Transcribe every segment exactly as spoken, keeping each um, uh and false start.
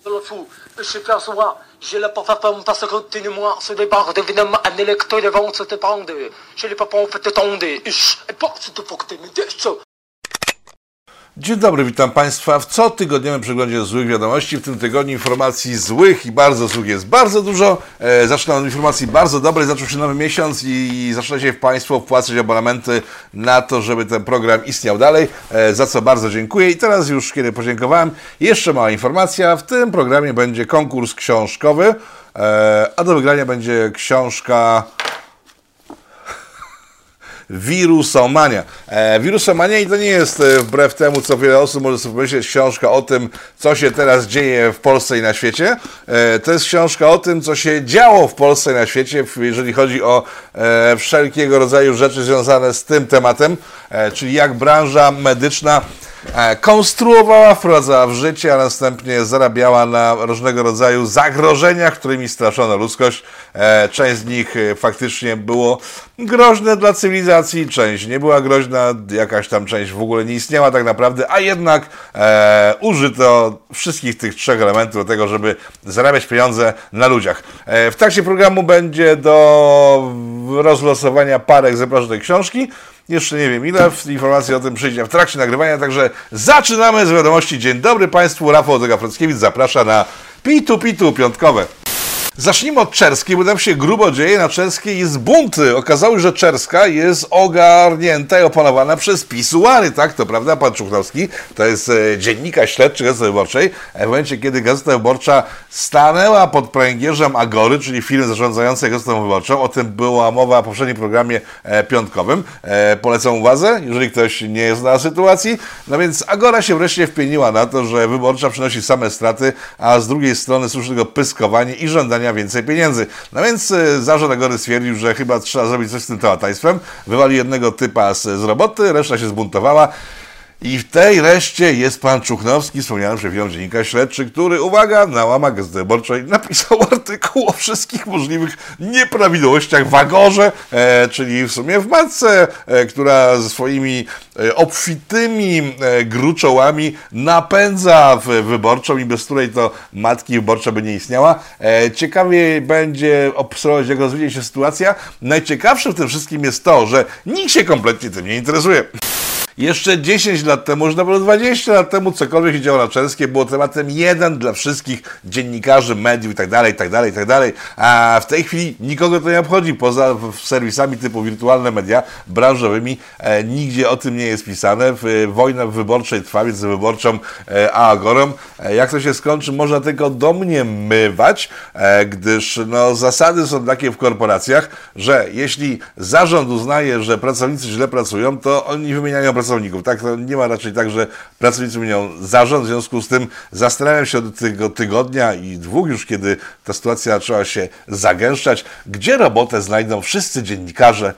le fou, je perçois, j'ai le parfum parce que continue-moi, ce départ d'évidemment un électro de vente se dépende, j'ai les papons fait tomber, et pas si tu faut que t'aimes des. Dzień dobry, witam Państwa w cotygodniowym przeglądzie złych wiadomości. W tym tygodniu informacji złych i bardzo złych jest bardzo dużo. E, zaczynam od informacji bardzo dobrej. Zaczął się nowy miesiąc i zaczynacie Państwo wpłacać abonamenty na to, żeby ten program istniał dalej, e, za co bardzo dziękuję. I teraz już, kiedy podziękowałem, jeszcze mała informacja. W tym programie będzie konkurs książkowy, e, a do wygrania będzie książka Wirusomania. E, Wirusomania i to nie jest e, wbrew temu, co wiele osób może sobie pomyśleć, książka o tym, co się teraz dzieje w Polsce i na świecie. E, to jest książka o tym, co się działo w Polsce i na świecie, jeżeli chodzi o e, wszelkiego rodzaju rzeczy związane z tym tematem, e, czyli jak branża medyczna konstruowała, wprowadzała w życie, a następnie zarabiała na różnego rodzaju zagrożeniach, którymi straszono ludzkość. Część z nich faktycznie było groźne dla cywilizacji, część nie była groźna, jakaś tam część w ogóle nie istniała tak naprawdę, a jednak e, użyto wszystkich tych trzech elementów do tego, żeby zarabiać pieniądze na ludziach. E, w trakcie programu będzie do rozlosowania parę egzemplarzy tej książki. Jeszcze nie wiem ile, informacja o tym przyjdzie w trakcie nagrywania, także zaczynamy z wiadomości. Dzień dobry Państwu, Rafał Frockiewicz zaprasza na Pitu Pitu piątkowe. Zacznijmy od Czerskiej, bo tam się grubo dzieje. Na Czerskiej jest bunt. Okazało się, że Czerska jest ogarnięta i opanowana przez pisuary, tak? To prawda, pan Czuchnowski, to jest e, dziennikarz śledczy Gazety Wyborczej. W momencie, kiedy Gazeta Wyborcza stanęła pod pręgierzem Agory, czyli firmy zarządzającej Gazetą Wyborczą, o tym była mowa w poprzednim programie e, piątkowym. E, polecam uwadze, jeżeli ktoś nie zna sytuacji. No więc Agora się wreszcie wpieniła na to, że Wyborcza przynosi same straty, a z drugiej strony słyszy tylko pyskowanie i żądania więcej pieniędzy. No więc y, zarząd Agory stwierdził, że chyba trzeba zrobić coś z tym tełataństwem. Wywalił jednego typa z, z roboty, reszta się zbuntowała. I w tej reszcie jest pan Czuchnowski, wspomniany przed chwilą dziennikarz śledczy, który, uwaga, na łamach Gazety Wyborczej napisał artykuł o wszystkich możliwych nieprawidłowościach w Agorze, e, czyli w sumie w matce, e, która ze swoimi e, obfitymi e, gruczołami napędza w Wyborczą i bez której to matki Wyborcza by nie istniała. E, ciekawie będzie obserwować, jak rozwinie się sytuacja. Najciekawsze w tym wszystkim jest to, że nikt się kompletnie tym nie interesuje. Jeszcze dziesięć lat temu, już nawet dwadzieścia lat temu, cokolwiek się działo na Czerskiej, było tematem jeden dla wszystkich dziennikarzy, mediów itd., itd., itd. A w tej chwili nikogo to nie obchodzi, poza serwisami typu wirtualne media branżowymi. E, nigdzie o tym nie jest pisane. W, wojna wyborczej trwa między Wyborczą e, a Agorą. E, jak to się skończy, można tylko domniemywać, e, gdyż no, zasady są takie w korporacjach, że jeśli zarząd uznaje, że pracownicy źle pracują, to oni wymieniają pracowników. Tak, to nie ma raczej tak, że pracownicy wymienią zarząd, w związku z tym zastanawiam się od tego tygodnia i dwóch już, kiedy ta sytuacja zaczęła się zagęszczać, gdzie robotę znajdą wszyscy dziennikarze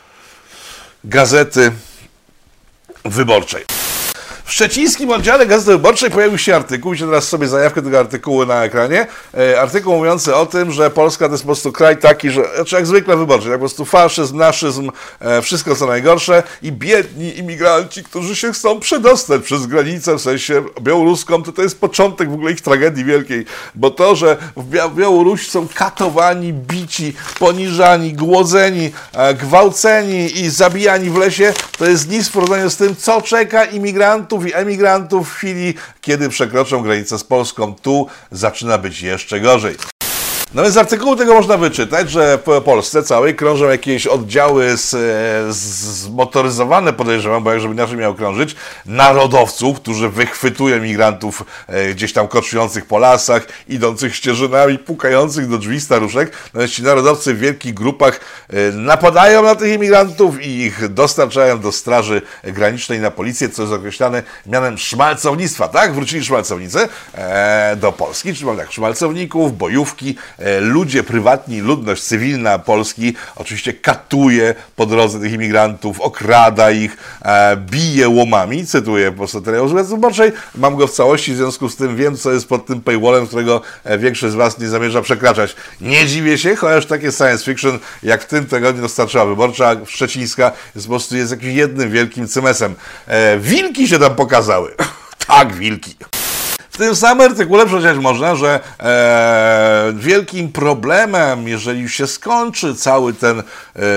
Gazety Wyborczej. W szczecińskim oddziale Gazety Wyborczej pojawił się artykuł, widzicie teraz sobie zajawkę tego artykułu na ekranie, e, artykuł mówiący o tym, że Polska to jest po prostu kraj taki, że, znaczy jak zwykle wyborczy, jak po prostu faszyzm, naszyzm, e, wszystko co najgorsze i biedni imigranci, którzy się chcą przedostać przez granicę, w sensie białoruską, to to jest początek w ogóle ich tragedii wielkiej, bo to, że w Bia- Białorusi są katowani, bici, poniżani, głodzeni, e, gwałceni i zabijani w lesie, to jest nic w porównaniu z tym, co czeka imigrantów i emigrantów w chwili, kiedy przekroczą granicę z Polską. Tu zaczyna być jeszcze gorzej. No więc z artykułu tego można wyczytać, że w Polsce całej krążą jakieś oddziały z, zmotoryzowane, podejrzewam, bo jak żeby inaczej miał krążyć, narodowców, którzy wychwytują imigrantów e, gdzieś tam koczujących po lasach, idących ścieżynami, pukających do drzwi staruszek. No więc ci narodowcy w wielkich grupach e, napadają na tych imigrantów i ich dostarczają do straży granicznej, na policję, co jest określane mianem szmalcownictwa. Tak? Wrócili szmalcownicy e, do Polski, czyli mamy tak, szmalcowników, bojówki, ludzie prywatni, ludność cywilna Polski oczywiście katuje po drodze tych imigrantów, okrada ich, e, bije łomami, cytuję po prostu materiał z Gazety Wyborczej, mam go w całości, w związku z tym wiem, co jest pod tym paywallem, którego większość z Was nie zamierza przekraczać. Nie dziwię się, chociaż takie science fiction, jak w tym tygodniu dostarczyła Wyborcza, Szczecińska, jest po prostu jest jakimś jednym wielkim cymesem. E, wilki się tam pokazały. Tak, wilki. W tym samym artykule przeczytać można, że e, wielkim problemem, jeżeli już się skończy cały ten e,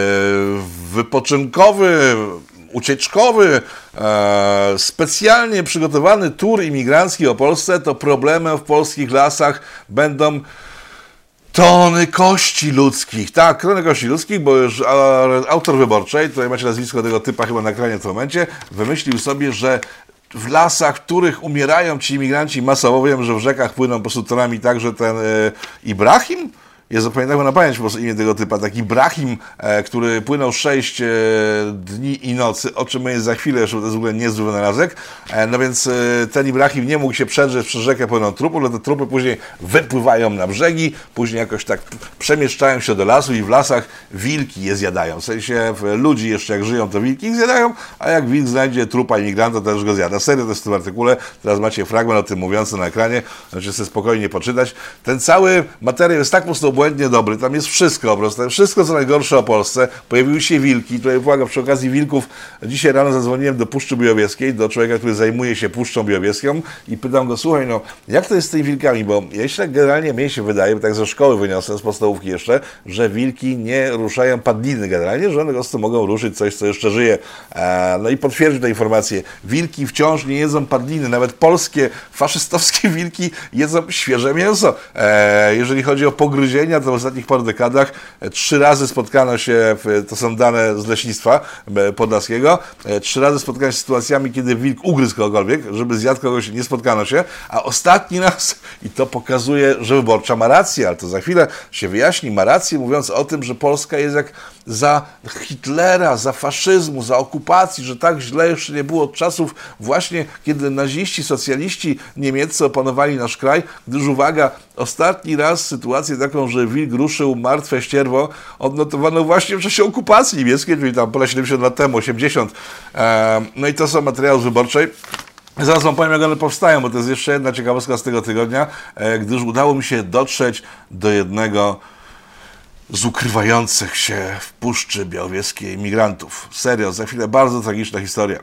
wypoczynkowy, ucieczkowy, e, specjalnie przygotowany tour imigrancki o Polsce, to problemem w polskich lasach będą tony kości ludzkich. Tak, tony kości ludzkich, bo już autor Wyborczej, tutaj macie nazwisko tego typa chyba na ekranie w tym momencie, wymyślił sobie, że w lasach, w których umierają ci imigranci masowo, wiem, że w rzekach płyną po prostu tonami tak, że ten e, Ibrahim, jest zapamiętałem na pamięć po prostu imię tego typa, taki Ibrahim, e, który płynął sześć e, dni i nocy, o czym jest za chwilę, jeszcze to jest w ogóle niezły wynalazek. E, no więc e, ten Ibrahim nie mógł się przedrzeć przez rzekę pełną trupów, ale te trupy później wypływają na brzegi, później jakoś tak przemieszczają się do lasu i w lasach wilki je zjadają. W sensie w ludzi jeszcze jak żyją, to wilki ich zjadają, a jak wilk znajdzie trupa imigranta, to też go zjada. Serio, to jest w tym artykule, teraz macie fragment o tym mówiący na ekranie, możecie sobie spokojnie poczytać. Ten cały materiał jest tak po prostu błędnie dobry, tam jest wszystko po prostu, wszystko co najgorsze o Polsce. Pojawiły się wilki, tutaj uwaga, przy okazji wilków, dzisiaj rano zadzwoniłem do Puszczy Białowieskiej, do człowieka, który zajmuje się Puszczą Białowieską i pytam go, słuchaj, no jak to jest z tymi wilkami, bo jeśli tak generalnie mnie się wydaje, bo tak ze szkoły wyniosłem, z podstawówki jeszcze, że wilki nie ruszają padliny generalnie, że one po prostu mogą ruszyć coś, co jeszcze żyje. E, no i potwierdził tę informację, wilki wciąż nie jedzą padliny, nawet polskie, faszystowskie wilki jedzą świeże mięso. E, jeżeli chodzi o pogryzienia, to w ostatnich paru dekadach trzy razy spotkano się, to są dane z leśnictwa podlaskiego, trzy razy spotkano się z sytuacjami, kiedy wilk ugryzł kogokolwiek, żeby zjadł kogoś, nie spotkano się, a ostatni raz, i to pokazuje, że Wyborcza ma rację, ale to za chwilę się wyjaśni, ma rację, mówiąc o tym, że Polska jest jak za Hitlera, za faszyzmu, za okupacji, że tak źle jeszcze nie było od czasów właśnie, kiedy naziści, socjaliści niemieccy opanowali nasz kraj, gdyż uwaga, ostatni raz sytuację taką, że wilk ruszył martwe ścierwo, odnotowano właśnie w czasie okupacji niemieckiej, czyli tam ponad siedemdziesiąt lat temu, osiemdziesiąt. No i to są materiały z Wyborczej. Zaraz wam powiem, jak one powstają, bo to jest jeszcze jedna ciekawostka z tego tygodnia, gdyż udało mi się dotrzeć do jednego z ukrywających się w Puszczy Białowieskiej imigrantów. Serio, za chwilę bardzo tragiczna historia.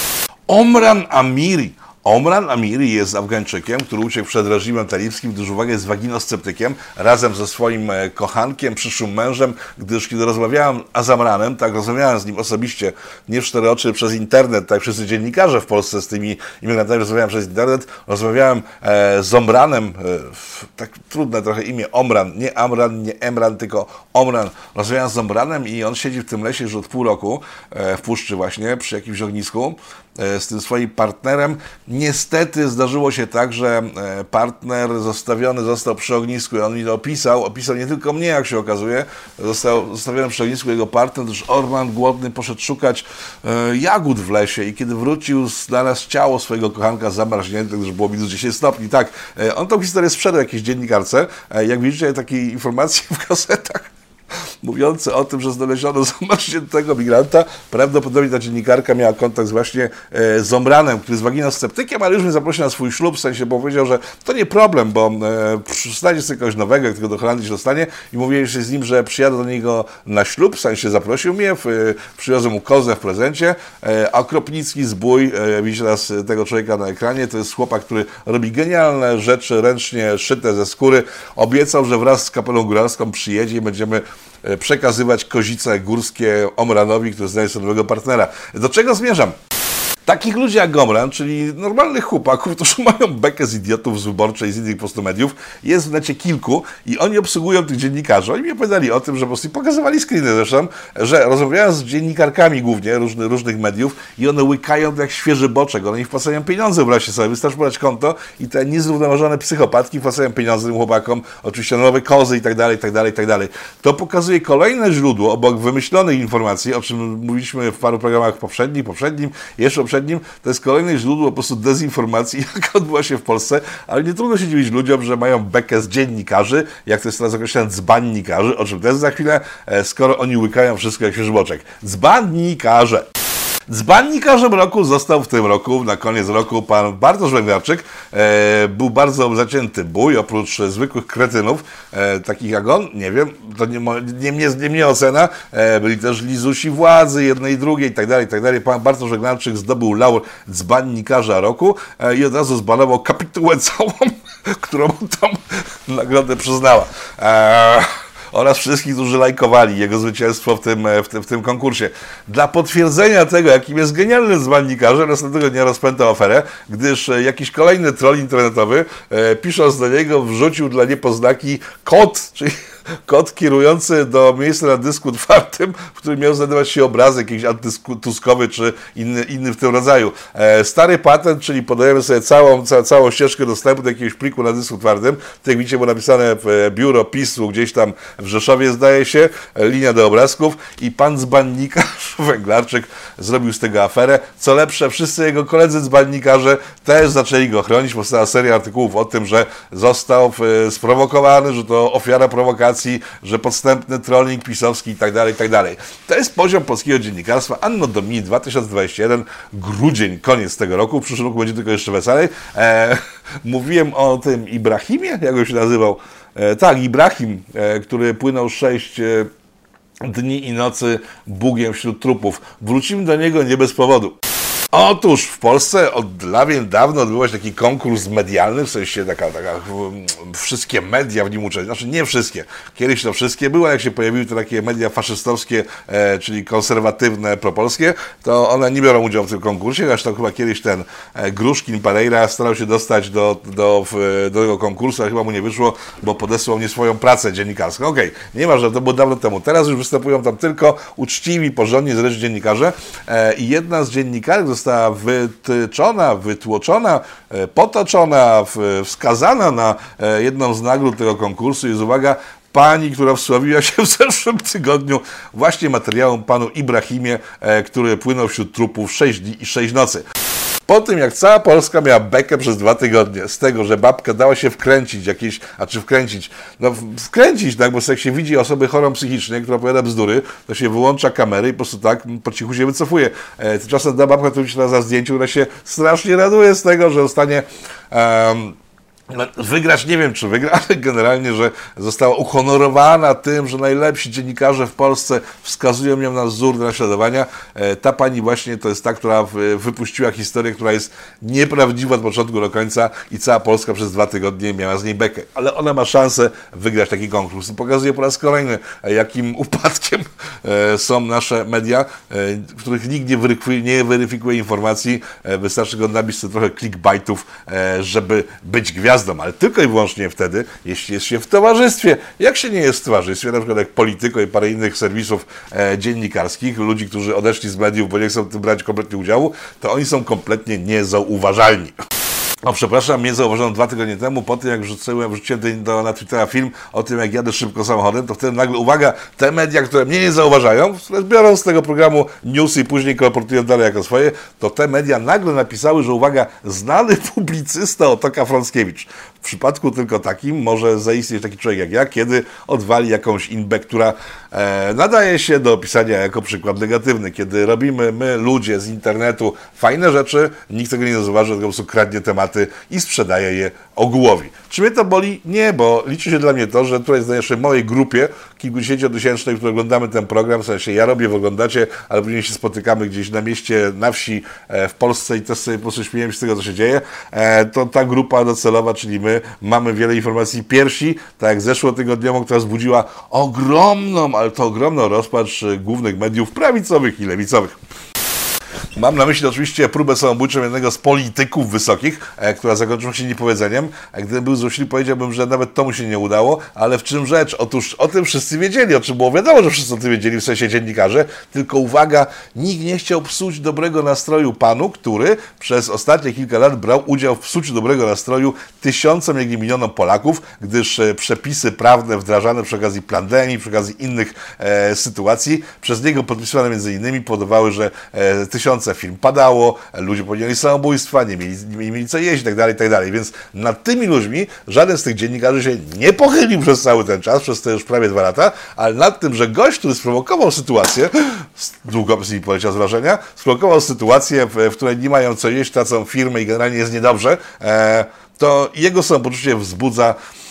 Omran Amiri. Omran Amiri jest Afgańczykiem, który uciekł przed reżimem talibskim, gdyż uwaga, jest waginosceptykiem, razem ze swoim kochankiem, przyszłym mężem, gdyż kiedy rozmawiałem z Amranem, tak rozmawiałem z nim osobiście, nie w cztery oczy, przez internet, tak wszyscy dziennikarze w Polsce z tymi imigrantami rozmawiałem przez internet, rozmawiałem e, z Omranem, e, tak trudne trochę imię, Omran, nie Amran, nie Emran, tylko Omran. Rozmawiałem z Omranem i on siedzi w tym lesie już od pół roku, e, w puszczy właśnie, przy jakimś ognisku, z tym swoim partnerem. Niestety zdarzyło się tak, że partner zostawiony został przy ognisku i on mi to opisał, opisał nie tylko mnie, jak się okazuje, został zostawiony przy ognisku jego partner, gdyż Orman głodny poszedł szukać e, jagód w lesie i kiedy wrócił, znalazł ciało swojego kochanka zamarznięte, gdyż było minus dziesięć stopni. Tak, e, on tą historię sprzedał jakiejś dziennikarce. E, jak widzicie, takie informacje w gazetach mówiące o tym, że znaleziono zamarzniętego migranta. Prawdopodobnie ta dziennikarka miała kontakt właśnie e, z Omranem, który jest waginosceptykiem, ale już mnie zaprosił na swój ślub, w sensie, bo powiedział, że to nie problem, bo e, znajdzie sobie kogoś nowego, jak tylko do Holandii się dostanie i mówiłem się z nim, że przyjadę do niego na ślub, w sensie zaprosił mnie, w, e, przywiozłem mu kozę w prezencie, e, a Kropnicki zbój, e, widzicie teraz tego człowieka na ekranie, to jest chłopak, który robi genialne rzeczy ręcznie szyte ze skóry, obiecał, że wraz z kapelą góralską przyjedzie i będziemy przekazywać kozice górskie Omranowi, który znajdzie sobie nowego partnera. Do czego zmierzam? Takich ludzi jak Omran, czyli normalnych chłopaków, którzy mają bekę z idiotów z Wyborczej, z innych po prostu mediów, jest w necie kilku i oni obsługują tych dziennikarzy. Oni mi opowiadali o tym, że po prostu pokazywali screeny zresztą, że rozmawiają z dziennikarkami głównie różnych, różnych mediów i one łykają to jak świeży boczek. One im wpłacają pieniądze, wyobraźcie sobie, wystarczy podać konto i te niezrównoważone psychopatki wpłacają pieniądze tym chłopakom, oczywiście nowe kozy i tak dalej, i tak dalej, i tak dalej. To pokazuje kolejne źródło obok wymyślonych informacji, o czym mówiliśmy w paru programach poprzednich, poprzednim, jeszcze poprzednim, to jest kolejne źródło po prostu dezinformacji, jaka odbyła się w Polsce, ale nie trudno się dziwić ludziom, że mają bekę z dziennikarzy, jak to jest teraz określane, dzbannikarzy, o czym to jest za chwilę, skoro oni łykają wszystko jak świeży boczek. Dzbannikarze! Dzbannikarzem roku został w tym roku, na koniec roku, pan Bartosz Węglarczyk. E, był bardzo zacięty bój, oprócz e, zwykłych kretynów, e, takich jak on, nie wiem, to nie, nie, nie, nie mnie ocena, e, byli też lizusi władzy, jednej i drugiej i tak dalej, i tak dalej. Pan Bartosz Węglarczyk zdobył laur dzbannikarza roku e, i od razu zbanował kapitułę całą, którą mu tam nagrodę przyznała. E, oraz wszystkich, którzy lajkowali jego zwycięstwo w tym, w tym, w tym konkursie. Dla potwierdzenia tego, jakim jest genialnym dzbannikarzem, następnego dnia rozpętał aferę, gdyż jakiś kolejny troll internetowy, e, pisząc do niego, wrzucił dla niepoznaki kod, czyli kod kierujący do miejsca na dysku otwartym, w którym miał znajdować się obrazek jakiś antytuskowy czy inny, inny w tym rodzaju. E, stary patent, czyli podajemy sobie całą, ca, całą ścieżkę dostępu do jakiegoś pliku na dysku twardym. Tak jak widzicie, było napisane w biuro PiSu gdzieś tam w Rzeszowie, zdaje się, linia do obrazków i pan dzbannikarz Węglarczyk zrobił z tego aferę. Co lepsze, wszyscy jego koledzy dzbannikarze też zaczęli go chronić. Powstała seria artykułów o tym, że został sprowokowany, że to ofiara prowokacji, że podstępny trolling pisowski i tak dalej, i tak dalej. To jest poziom polskiego dziennikarstwa. Anno Domini dwa tysiące dwudziesty pierwszy, grudzień, koniec tego roku. W przyszłym roku będzie tylko jeszcze weselej. E, mówiłem o tym Ibrahimie, jak on się nazywał. E, tak, Ibrahim, e, który płynął sześć e, dni i nocy Bugiem wśród trupów. Wrócimy do niego nie bez powodu. Otóż w Polsce od dawien dawno odbywał się taki konkurs medialny, w sensie taka, taka wszystkie media w nim uczestniczyły, znaczy nie wszystkie, kiedyś to wszystkie były, jak się pojawiły te takie media faszystowskie, e, czyli konserwatywne, propolskie, to one nie biorą udziału w tym konkursie, zresztą chyba kiedyś ten e, Gruszkin Pereira starał się dostać do, do, w, do tego konkursu, ale chyba mu nie wyszło, bo podesłał nie swoją pracę dziennikarską. Okej, okay, nie ma, że to było dawno temu. Teraz już występują tam tylko uczciwi, porządni, zresztą dziennikarze e, i jedna z dziennikarek została wytyczona, wytłoczona, potoczona, wskazana na jedną z nagród tego konkursu. Jest, uwaga, pani, która wsławiła się w zeszłym tygodniu właśnie materiałem panu Ibrahimie, który płynął wśród trupów sześć dni i sześć nocy. Po tym, jak cała Polska miała bekę przez dwa tygodnie z tego, że babka dała się wkręcić jakieś, a czy wkręcić, no wkręcić, tak, bo jak się widzi osobę chorą psychicznie, która opowiada bzdury, to się wyłącza kamery i po prostu tak po cichu się wycofuje. E, tymczasem ta babka, która się na zdjęciu, która się strasznie raduje z tego, że zostanie um, wygrać, nie wiem czy wygra, ale generalnie, że została uhonorowana tym, że najlepsi dziennikarze w Polsce wskazują ją na wzór do naśladowania. Ta pani właśnie to jest ta, która wypuściła historię, która jest nieprawdziwa od początku do końca i cała Polska przez dwa tygodnie miała z niej bekę. Ale ona ma szansę wygrać taki konkurs. Pokazuje po raz kolejny, jakim upadkiem są nasze media, w których nikt nie weryfikuje, nie weryfikuje informacji. Wystarczy go nabić sobie trochę clickbaitów, żeby być gwiazdą. Ale tylko i wyłącznie wtedy, jeśli jest się w towarzystwie. Jak się nie jest w towarzystwie, na przykład jak Polityko i parę innych serwisów e, dziennikarskich, ludzi, którzy odeszli z mediów, bo nie chcą w tym brać kompletnie udziału, to oni są kompletnie niezauważalni. O, przepraszam, mnie zauważyłem dwa tygodnie temu, po tym jak wrzuciłem, wrzuciłem do, na Twittera film o tym, jak jadę szybko samochodem, to wtedy nagle, uwaga, te media, które mnie nie zauważają, które biorą z tego programu newsy i później kolportują dalej jako swoje, to te media nagle napisały, że uwaga, znany publicysta Otoka Frąckiewicz. W przypadku tylko takim może zaistnieć taki człowiek jak ja, kiedy odwali jakąś inbę, która e, nadaje się do opisania jako przykład negatywny. Kiedy robimy my, ludzie z internetu, fajne rzeczy, nikt tego nie zauważy, tylko po prostu kradnie tematy i sprzedaje je ogółowi. Czy mnie to boli? Nie, bo liczy się dla mnie to, że tutaj w naszej małej grupie kilkudziesięciotysięcznej, w której oglądamy ten program, w sensie ja robię, wy oglądacie, ale później się spotykamy gdzieś na mieście, na wsi w Polsce i też sobie po prostu śmiejemy się z tego, co się dzieje, to ta grupa docelowa, czyli my, mamy wiele informacji pierwsi, tak jak zeszłotygodniową, która wzbudziła ogromną, ale to ogromną rozpacz głównych mediów prawicowych i lewicowych. Mam na myśli oczywiście próbę samobójczą jednego z polityków wysokich, e, która zakończyła się niepowiedzeniem. A gdybym był złośliwy, powiedziałbym, że nawet to mu się nie udało, ale w czym rzecz? Otóż o tym wszyscy wiedzieli, o czym było wiadomo, że wszyscy o tym wiedzieli, w sensie dziennikarze, tylko uwaga, nikt nie chciał psuć dobrego nastroju panu, który przez ostatnie kilka lat brał udział w psuciu dobrego nastroju tysiącom, jak nie milionom Polaków, gdyż e, przepisy prawne wdrażane przy okazji pandemii, przy okazji innych e, sytuacji, przez niego podpisywane między innymi powodowały, że e, tysiące tysiące firm padało, ludzie popełniali samobójstwa, nie mieli, nie mieli co jeść i tak dalej, i tak dalej. Więc nad tymi ludźmi żaden z tych dziennikarzy się nie pochylił przez cały ten czas, przez te już prawie dwa lata, ale nad tym, że gość, który sprowokował sytuację, długopis mi poleciał z wrażenia, sprowokował sytuację, w, w której nie mają co jeść, tracą firmy i generalnie jest niedobrze, e, to jego samopoczucie wzbudza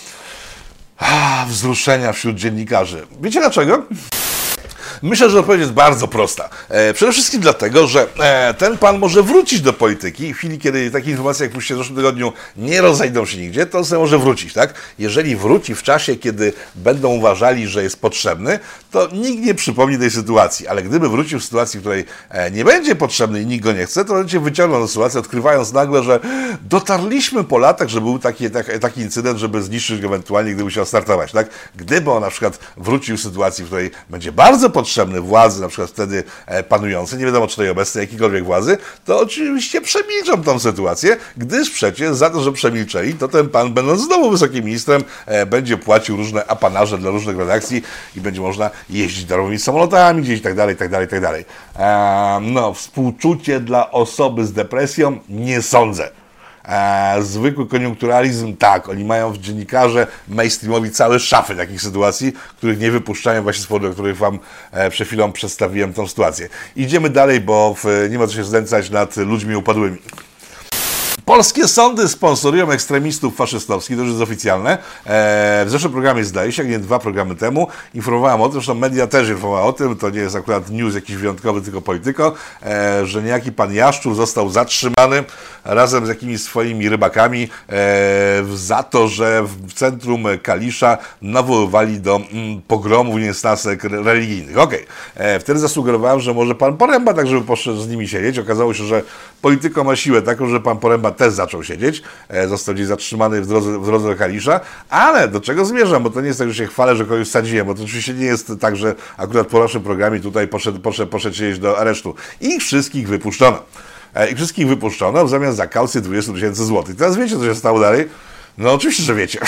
ah, wzruszenia wśród dziennikarzy. Wiecie dlaczego? Myślę, że odpowiedź jest bardzo prosta. E, przede wszystkim dlatego, że e, ten pan może wrócić do polityki w chwili, kiedy takie informacje, jak puścicie w zeszłym tygodniu, nie rozejdą się nigdzie, to on sobie może wrócić, tak? Jeżeli wróci w czasie, kiedy będą uważali, że jest potrzebny, to nikt nie przypomni tej sytuacji, ale gdyby wrócił w sytuacji, w której e, nie będzie potrzebny i nikt go nie chce, to będzie wyciągnął tę sytuację, odkrywając nagle, że dotarliśmy po latach, że był taki, taki, taki incydent, żeby zniszczyć go ewentualnie, gdyby chciał startować, tak? Gdyby on na przykład wrócił w sytuacji, w której będzie bardzo potrzebny, potrzebny władzy, na przykład wtedy panujący, nie wiadomo czy tej obecnej jakiejkolwiek władzy, to oczywiście przemilczą tą sytuację, gdyż przecież za to, że przemilczeli, to ten pan, będąc znowu wysokim ministrem, będzie płacił różne apanarze dla różnych redakcji i będzie można jeździć darmowymi samolotami gdzieś i tak dalej, i tak dalej, i tak dalej. No, współczucie dla osoby z depresją? Nie sądzę. E, zwykły koniunkturalizm, tak, oni mają w dziennikarze mainstreamowi całe szafy takich sytuacji, których nie wypuszczają właśnie z powodu, o których wam e, przed chwilą przedstawiłem tą sytuację. Idziemy dalej, bo w, nie ma co się znęcać nad ludźmi upadłymi. Polskie sądy sponsorują ekstremistów faszystowskich, to już jest oficjalne. W zeszłym programie, zdaje się, jak nie dwa programy temu, informowałem o tym, zresztą media też informowały o tym, to nie jest akurat news jakiś wyjątkowy, tylko polityko, że niejaki pan Jaszczur został zatrzymany razem z jakimiś swoimi rybakami za to, że w centrum Kalisza nawoływali do pogromów, niesnasek religijnych. Okej, okay. Wtedy zasugerowałem, że może pan Poręba tak, żeby poszedł z nimi siedzieć. Okazało się, że polityko ma siłę taką, że pan Poręba też zaczął siedzieć, został gdzieś zatrzymany w drodze, w drodze do Kalisza, ale do czego zmierzam, bo to nie jest tak, że się chwalę, że kogoś sadziłem, bo to oczywiście nie jest tak, że akurat po naszym programie tutaj poszedł, poszedł, poszedł siedzieć do aresztu. Ich wszystkich wypuszczono. Ich wszystkich wypuszczono w zamian za kaucję dwadzieścia tysięcy złotych. Teraz wiecie, co się stało dalej? No oczywiście, że wiecie.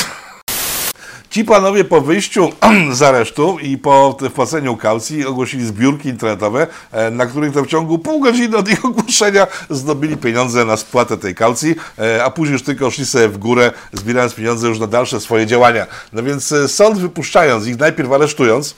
Ci panowie po wyjściu z aresztu i po wpłaceniu kaucji ogłosili zbiórki internetowe, na których to w ciągu pół godziny od ich ogłoszenia zdobili pieniądze na spłatę tej kaucji, a później już tylko szli sobie w górę, zbierając pieniądze już na dalsze swoje działania. No więc sąd, wypuszczając ich, najpierw aresztując,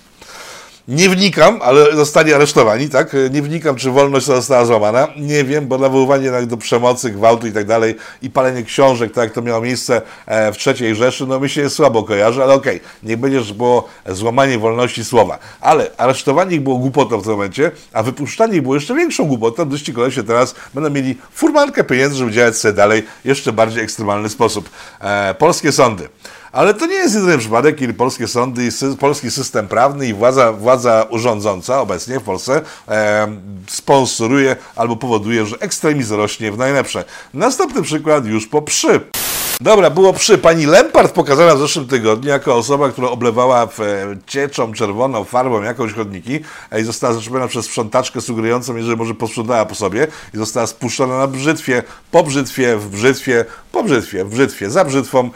nie wnikam, ale zostali aresztowani, tak? Nie wnikam, czy wolność została złamana. Nie wiem, bo nawoływanie do przemocy, gwałtu i tak dalej i palenie książek, tak jak to miało miejsce w trzeciej Rzeszy, no mi się słabo kojarzy, ale okej, okay, niech będzie, że było złamanie wolności słowa. Ale aresztowanie ich było głupotą w tym momencie, a wypuszczanie ich było jeszcze większą głupotą, gdyż ci kolesie teraz będą mieli furmankę pieniędzy, żeby działać sobie dalej w jeszcze bardziej ekstremalny sposób. E, polskie sądy. Ale to nie jest jedyny przypadek, kiedy polskie sądy i sy polski system prawny i władza, władza urządząca obecnie w Polsce e, sponsoruje albo powoduje, że ekstremizm rośnie w najlepsze. Następny przykład już po przy. Dobra, było przy. Pani Lempart pokazana w zeszłym tygodniu jako osoba, która oblewała w, e, cieczą czerwoną farbą jakąś chodniki e, i została zatrzymana przez sprzątaczkę sugerującą, że może posprzątała po sobie i została spuszczona na brzytwie, po brzytwie, w brzytwie, po brzytwie, w brzytwie, za brzytwą,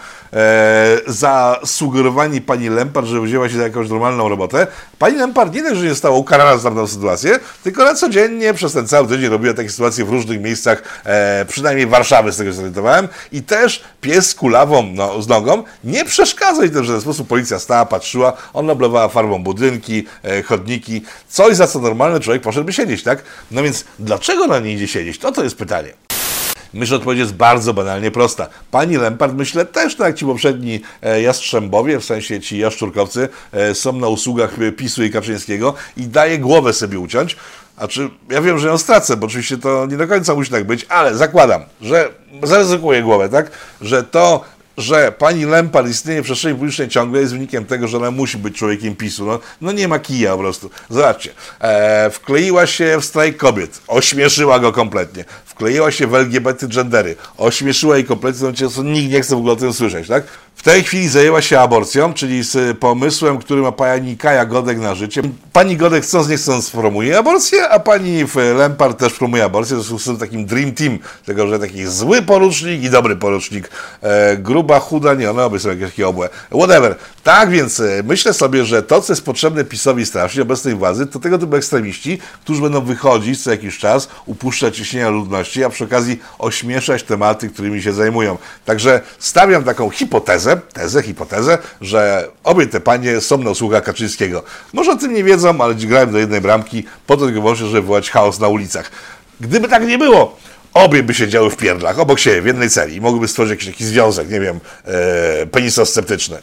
e, za sugerowanie pani Lempart, że wzięła się za jakąś normalną robotę. Pani Lempart nie tylko, że nie została ukarana za tamtą sytuację, tylko na codziennie przez ten cały tydzień robiła takie sytuacje w różnych miejscach, e, przynajmniej Warszawy, z tego co zorientowałem, i też pies z kulawą no, z nogą nie przeszkadza i też, że w ten sposób policja stała, patrzyła, ona oblewała farbą budynki, e, chodniki, coś za co normalny człowiek poszedłby siedzieć, tak? No więc dlaczego na niej idzie siedzieć? To to jest pytanie. Myślę, że odpowiedź jest bardzo banalnie prosta. Pani Lempart, myślę też, tak jak ci poprzedni e, jastrzębowie, w sensie ci jaszczurkowcy, e, są na usługach PiSu i Kaczyńskiego i daje głowę sobie uciąć. A czy ja wiem, że ją stracę, bo oczywiście to nie do końca musi tak być, ale zakładam, że zaryzykuję głowę, tak? Że to, że pani Lempart istnieje w przestrzeni publicznej ciągle jest wynikiem tego, że ona musi być człowiekiem PiSu. No, no nie ma kija po prostu. Zobaczcie, e, wkleiła się w strajk kobiet, ośmieszyła go kompletnie. Wkleiła się w L G B T gendery, ośmieszyła jej kompletnie, co nikt nie chce w ogóle o tym słyszeć, tak? W tej chwili zajęła się aborcją, czyli z pomysłem, który ma pani Kaja Godek na życie. Pani Godek chcąc nie chcąc promuje aborcję, a pani Lempart też promuje aborcję. To są takim dream team, tego, że taki zły porucznik i dobry porucznik. E, gruby gruba, chuda, nie, one obie są jakieś takie obłe. Whatever. Tak więc myślę sobie, że to, co jest potrzebne PiS-owi strasznie, obecnej władzy, to tego typu ekstremiści, którzy będą wychodzić co jakiś czas, upuszczać ciśnienia ludności, a przy okazji ośmieszać tematy, którymi się zajmują. Także stawiam taką hipotezę, tezę, hipotezę, że obie te panie są na usługach Kaczyńskiego. Może o tym nie wiedzą, ale grają do jednej bramki po to tylko właśnie, żeby wywołać chaos na ulicach. Gdyby tak nie było, obie by siedziały w pierdlach, obok siebie, w jednej celi i mogłyby stworzyć jakiś taki związek, nie wiem, e, penisosceptyczny.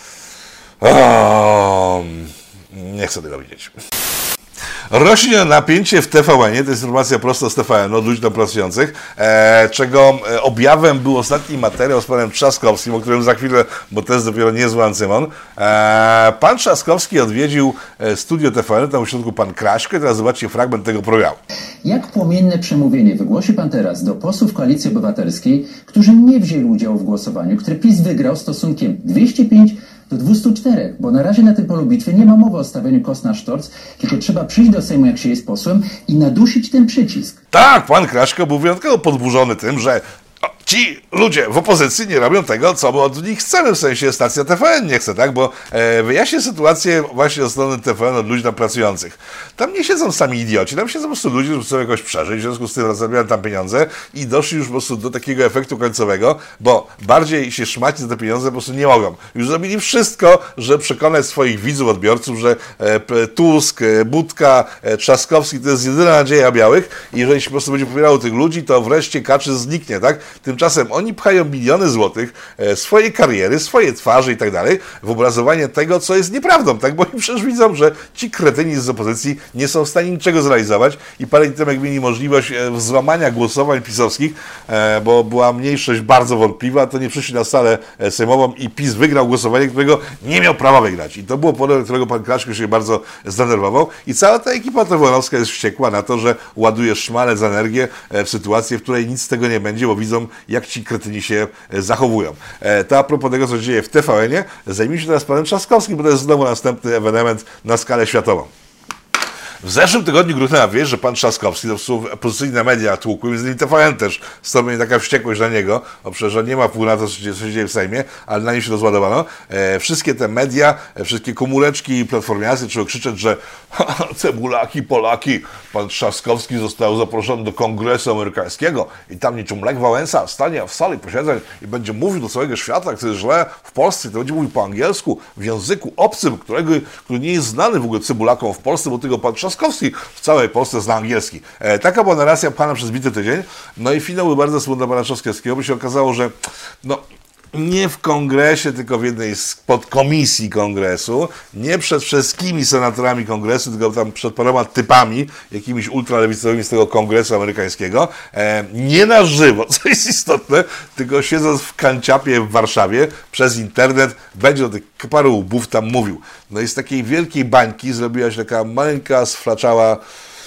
O, nie chcę tego widzieć. Rośnie napięcie w T V N-ie, to jest informacja prosto z T V N od ludzi tam pracujących, e, czego objawem był ostatni materiał z panem Trzaskowskim, o którym za chwilę, bo to jest dopiero niezły Ancymon. E, pan Trzaskowski odwiedził studio T V N, tam w środku pan Kraśko i teraz zobaczcie fragment tego programu. Jak płomienne przemówienie wygłosi pan teraz do posłów Koalicji Obywatelskiej, którzy nie wzięli udziału w głosowaniu, które PiS wygrał stosunkiem dwieście pięć do dwustu czterech, bo na razie na tym polu bitwy nie ma mowy o stawianiu kos na sztorc, tylko trzeba przyjść do Sejmu, jak się jest posłem, i nadusić ten przycisk. Tak, pan Kraśko był wyjątkowo podburzony tym, że ci ludzie w opozycji nie robią tego, co my od nich chcemy, w sensie stacja T V N nie chce, tak? Bo e, wyjaśnię sytuację właśnie od strony T V N od ludzi tam pracujących. Tam nie siedzą sami idioci, tam siedzą po prostu ludzie, którzy chcą jakoś przeżyć, w związku z tym zarabiają tam pieniądze i doszli już po prostu do takiego efektu końcowego, bo bardziej się szmacić za te pieniądze po prostu nie mogą. Już zrobili wszystko, żeby przekonać swoich widzów, odbiorców, że e, Tusk, e, Budka, e, Trzaskowski to jest jedyna nadzieja białych i jeżeli się po prostu będzie popierało tych ludzi, to wreszcie Kaczyński zniknie, tak? Tymczasem oni pchają miliony złotych, e, swoje kariery, swoje twarze i tak dalej w obrazowanie tego, co jest nieprawdą, tak? Bo oni przecież widzą, że ci kretyni z opozycji nie są w stanie niczego zrealizować i parę dni temu jak mieli możliwość e, złamania głosowań pisowskich, e, bo była mniejszość bardzo wątpliwa, to nie przyszli na salę sejmową i PiS wygrał głosowanie, którego nie miał prawa wygrać. I to było powodem, którego pan Kraszko się bardzo zdenerwował i cała ta ekipa T V N-owska jest wściekła na to, że ładuje szmalec za energię e, w sytuacji, w której nic z tego nie będzie, bo widzą, jak ci kretyni się zachowują. To a propos tego, co się dzieje w T V N-ie, zajmijmy się teraz panem Trzaskowskim, bo to jest znowu następny ewenement na skalę światową. W zeszłym tygodniu gruchnęła wieść, że pan Trzaskowski, to są opozycyjne media tłukły, między innymi T V N też, stąd taka wściekłość na niego, bo przecież nie ma wpływu na to, co się, co się dzieje w Sejmie, ale na nim się rozładowano. E, wszystkie te media, e, wszystkie komóreczki i platformiacy trzeba krzyczeć, że cebulaki, Polaki, pan Trzaskowski został zaproszony do Kongresu Amerykańskiego i tam niczym Lech Wałęsa stanie w sali posiedzeń i będzie mówił do całego świata, jak to jest źle w Polsce, to będzie mówił po angielsku, w języku obcym, którego, który nie jest znany w ogóle cebulakom w Polsce, bo tylko pan Trzaskowski w całej Polsce zna angielski. E, taka była narracja pana przez bity tydzień. No i finał był bardzo smutny pana Trzaskowskiego, bo się okazało, że no, nie w kongresie, tylko w jednej z podkomisji kongresu, nie przed wszystkimi senatorami kongresu, tylko tam przed paroma typami, jakimiś ultralewicowymi z tego kongresu amerykańskiego, e, nie na żywo, co jest istotne, tylko siedząc w kanciapie w Warszawie, przez internet, będzie do tych paru łbów tam mówił. No i z takiej wielkiej bańki zrobiła się taka maleńka, sflaczała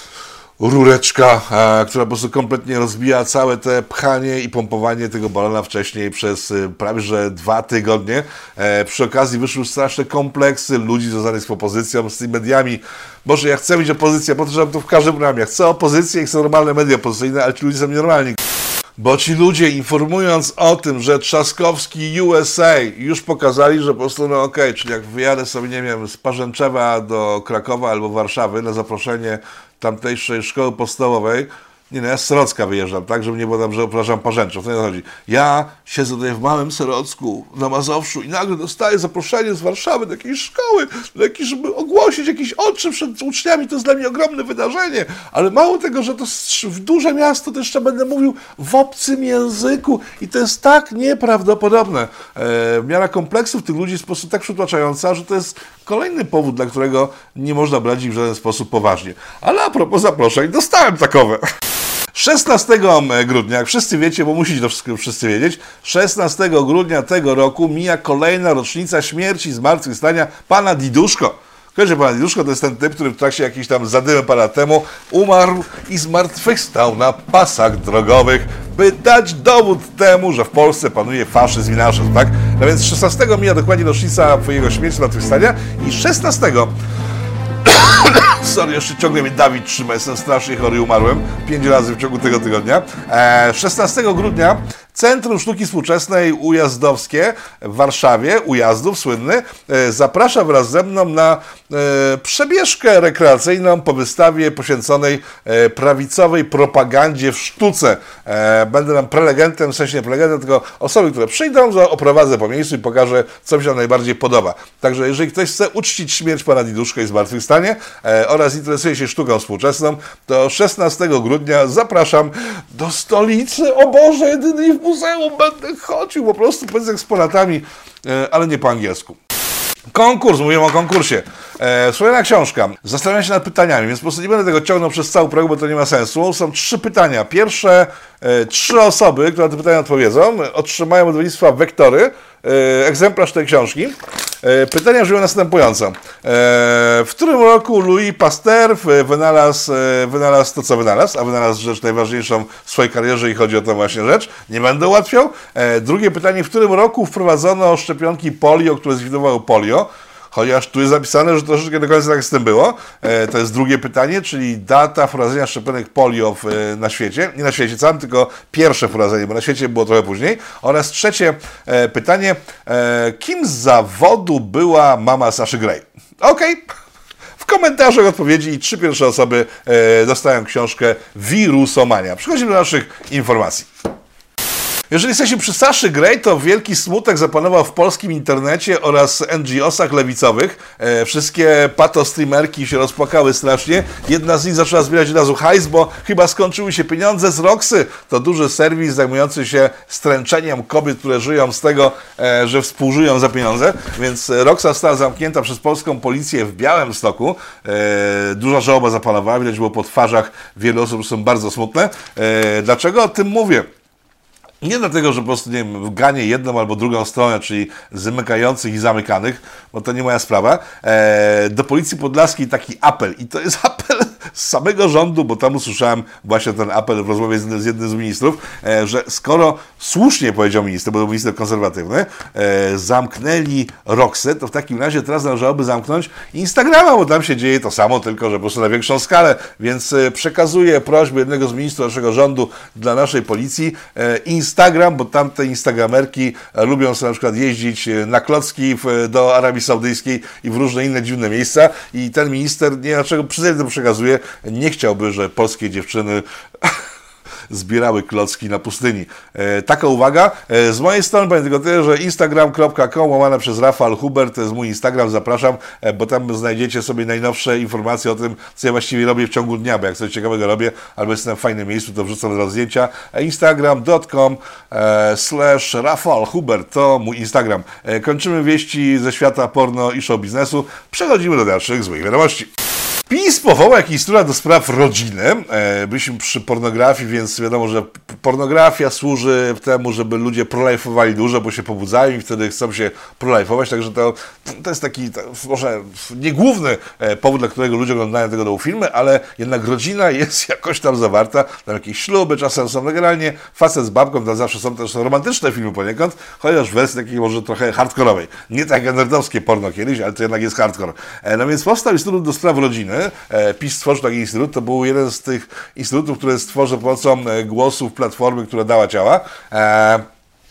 rureczka, e, która po prostu kompletnie rozbija całe te pchanie i pompowanie tego balona wcześniej przez e, prawie że dwa tygodnie. E, przy okazji wyszły straszne kompleksy ludzi związanych z opozycją, z tymi mediami. Boże, ja chcę mieć opozycję, po to, że to w każdym programie. Ja chcę opozycję i chcę normalne media opozycyjne, ale ci ludzie są nienormalni. Bo ci ludzie, informując o tym, że Trzaskowski U S A już pokazali, że po prostu, no okej, okay, czyli jak wyjadę sobie, nie wiem, z Parzęczewa do Krakowa albo Warszawy na zaproszenie tamtejszej szkoły podstawowej, nie no, ja z Serocka wyjeżdżam, tak, żeby nie było tam, że obrażam Parzęczów, to nie chodzi. Ja siedzę tutaj w małym Serocku, na Mazowszu i nagle dostaję zaproszenie z Warszawy do jakiejś szkoły, do jakiejś, żeby ogłosić jakiś odczyn przed uczniami, to jest dla mnie ogromne wydarzenie, ale mało tego, że to w duże miasto, to jeszcze będę mówił w obcym języku i to jest tak nieprawdopodobne. E, miara kompleksów tych ludzi jest po prostu tak przytłaczająca, że to jest kolejny powód, dla którego nie można brać ich w żaden sposób poważnie. Ale a propos zaproszeń, dostałem takowe. szesnastego grudnia, jak wszyscy wiecie, bo musicie to wszystko wszyscy wiedzieć, szesnastego grudnia tego roku mija kolejna rocznica śmierci, zmartwychwstania pana Diduszko. Kojarzycie pana Diduszko? To jest ten typ, który w trakcie jakiejś tam zadymy parę lat temu umarł i zmartwychwstał na pasach drogowych, by dać dowód temu, że w Polsce panuje faszyzm i naszyzm, tak? No więc szesnastego mija dokładnie rocznica jego śmierci, zmartwychwstania i szesnastego Sorry, jeszcze ciągle mnie Dawid trzyma, jestem strasznie chory i umarłem pięć razy w ciągu tego tygodnia. E, szesnastego grudnia Centrum Sztuki Współczesnej Ujazdowskie w Warszawie, Ujazdów słynny, zaprasza wraz ze mną na przebieżkę rekreacyjną po wystawie poświęconej prawicowej propagandzie w sztuce. Będę nam prelegentem, w sensie nie prelegentem, tylko osoby, które przyjdą, oprowadzę po miejscu i pokażę, co mi się najbardziej podoba. Także jeżeli ktoś chce uczcić śmierć pana Diduszka i zmartwychwstanie oraz interesuje się sztuką współczesną, to szesnastego grudnia zapraszam do stolicy. O Boże, jedyny w muzeum będę chodził po prostu z eksponatami, ale nie po angielsku. Konkurs, mówimy o konkursie. E, Słynna książka. Zastanawiam się nad pytaniami, więc po prostu nie będę tego ciągnął przez cały program, bo to nie ma sensu. Są trzy pytania. Pierwsze e, trzy osoby, które na te pytania odpowiedzą, otrzymają od wydawnictwa Wektory e, egzemplarz tej książki. E, pytania brzmią następująco. E, w którym roku Louis Pasteur wynalazł, e, wynalazł to, co wynalazł, a wynalazł rzecz najważniejszą w swojej karierze i chodzi o tę właśnie rzecz. Nie będę ułatwiał. E, drugie pytanie. W którym roku wprowadzono szczepionki polio, które zlikwidowały polio? Chociaż tu jest zapisane, że troszeczkę do końca tak z tym było. E, to jest drugie pytanie, czyli data wprowadzenia szczepionek polio w, e, na świecie. Nie na świecie całym, tylko pierwsze wprowadzenie, bo na świecie było trochę później. Oraz trzecie e, pytanie, e, kim z zawodu była mama Saszy Grey? Okej. Okay. W komentarzach odpowiedzi i trzy pierwsze osoby e, dostają książkę Wirusomania. Przechodzimy do naszych informacji. Jeżeli jesteście przy Saszy Grey, to wielki smutek zapanował w polskim internecie oraz en dżi osach lewicowych. E, wszystkie patostreamerki się rozpłakały strasznie. Jedna z nich zaczęła zbierać od razu hajs, bo chyba skończyły się pieniądze z Roxy. To duży serwis zajmujący się stręczeniem kobiet, które żyją z tego, e, że współżyją za pieniądze. Więc Roxa została zamknięta przez polską policję w Białymstoku. E, duża żałoba zapanowała, widać było po twarzach wielu osób, że są bardzo smutne. E, dlaczego o tym mówię? Nie dlatego, że po prostu, nie wiem, ganie jedną albo drugą stronę, czyli zamykających i zamykanych, bo to nie moja sprawa. Eee, do Policji Podlaskiej taki apel i to jest apel z samego rządu, bo tam usłyszałem właśnie ten apel w rozmowie z, z jednym z ministrów, e, że skoro słusznie powiedział minister, bo to był minister konserwatywny, e, zamknęli Roxy, to w takim razie teraz należałoby zamknąć Instagrama, bo tam się dzieje to samo, tylko że po prostu na większą skalę, więc e, przekazuję prośbę jednego z ministrów naszego rządu dla naszej policji, e, Instagram, bo tamte instagramerki e, lubią sobie na przykład jeździć na klocki w, do Arabii Saudyjskiej i w różne inne dziwne miejsca i ten minister, nie dlaczego przyzwyczajony to przekazuje, nie chciałby, że polskie dziewczyny zbierały klocki na pustyni. E, taka uwaga. E, z mojej strony powiem tylko tyle, że instagram kropka com łamane przez Rafał Hubert, to jest mój Instagram, zapraszam, e, bo tam znajdziecie sobie najnowsze informacje o tym, co ja właściwie robię w ciągu dnia, bo jak coś ciekawego robię, albo jestem w fajnym miejscu, to wrzucam zaraz zdjęcia. E, instagram kropka com e, slash Rafał Hubert, to mój Instagram. E, kończymy wieści ze świata porno i show biznesu. Przechodzimy do dalszych złych wiadomości. PiS powołał jakiś instytut do spraw rodziny. E, byliśmy przy pornografii, więc wiadomo, że pornografia służy temu, żeby ludzie prolajfowali dużo, bo się pobudzają i wtedy chcą się prolajfować, także to, to jest taki, to może nie główny powód, dla którego ludzie oglądają tego typu filmy, ale jednak rodzina jest jakoś tam zawarta, tam jakieś śluby, czasem są generalnie facet z babką, tam zawsze są też romantyczne filmy poniekąd, chociaż w wersji takiej może trochę hardkorowej. Nie tak jak nerdowskie porno kiedyś, ale to jednak jest hardcore. E, no więc powstał Instytut do spraw rodziny. PiS stworzył taki instytut, to był jeden z tych instytutów, które stworzył za pomocą głosów Platformy, która dała ciała. Eee...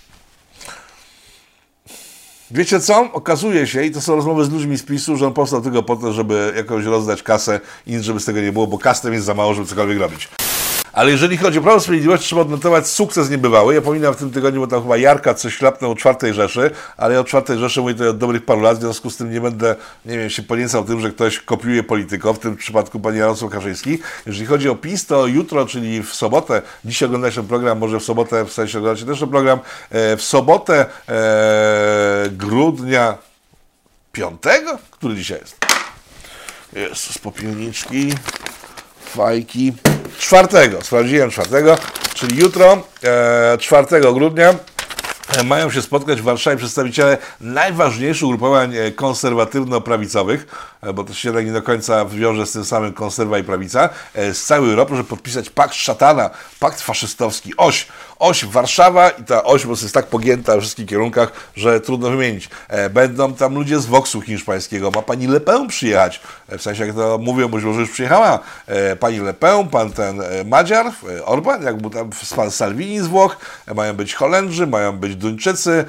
Wiecie co? Okazuje się, i to są rozmowy z ludźmi z PiSu, że on powstał tylko po to, żeby jakoś rozdać kasę i nic, żeby z tego nie było, bo kasy jest za mało, żeby cokolwiek robić. Ale jeżeli chodzi o Prawo i Sprawiedliwość, trzeba odnotować sukces niebywały. Ja pominam w tym tygodniu, bo tam chyba Jarka coś chlapnął o czwartej Rzeszy, ale ja o czwartej Rzeszy mówię to od dobrych paru lat, w związku z tym nie będę, nie wiem, się poniecał tym, że ktoś kopiuje polityków, w tym przypadku pani Jarosław Kaczyński. Jeżeli chodzi o PiS, to jutro, czyli w sobotę, dzisiaj oglądacie ten program, może w sobotę, w sensie oglądacie też ten program, w sobotę e, grudnia piątego? Który dzisiaj jest? Jest z popielniczki, fajki. Czwartego, sprawdziłem czwartego, czyli jutro, e, czwartego grudnia, mają się spotkać w Warszawie przedstawiciele najważniejszych ugrupowań konserwatywno-prawicowych, bo to się nie do końca wiąże z tym samym konserwa i prawica, z całej Europy, żeby podpisać pakt szatana, pakt faszystowski, oś, oś Warszawa i ta oś po prostu jest tak pogięta we wszystkich kierunkach, że trudno wymienić. Będą tam ludzie z Voxu hiszpańskiego, ma pani Le Pen przyjechać, w sensie jak to mówią, bo już przyjechała pani Le Pen, pan ten Madziar, Orban, jak był tam pan Salvini z Włoch, mają być Holendrzy, mają być Duńczycy,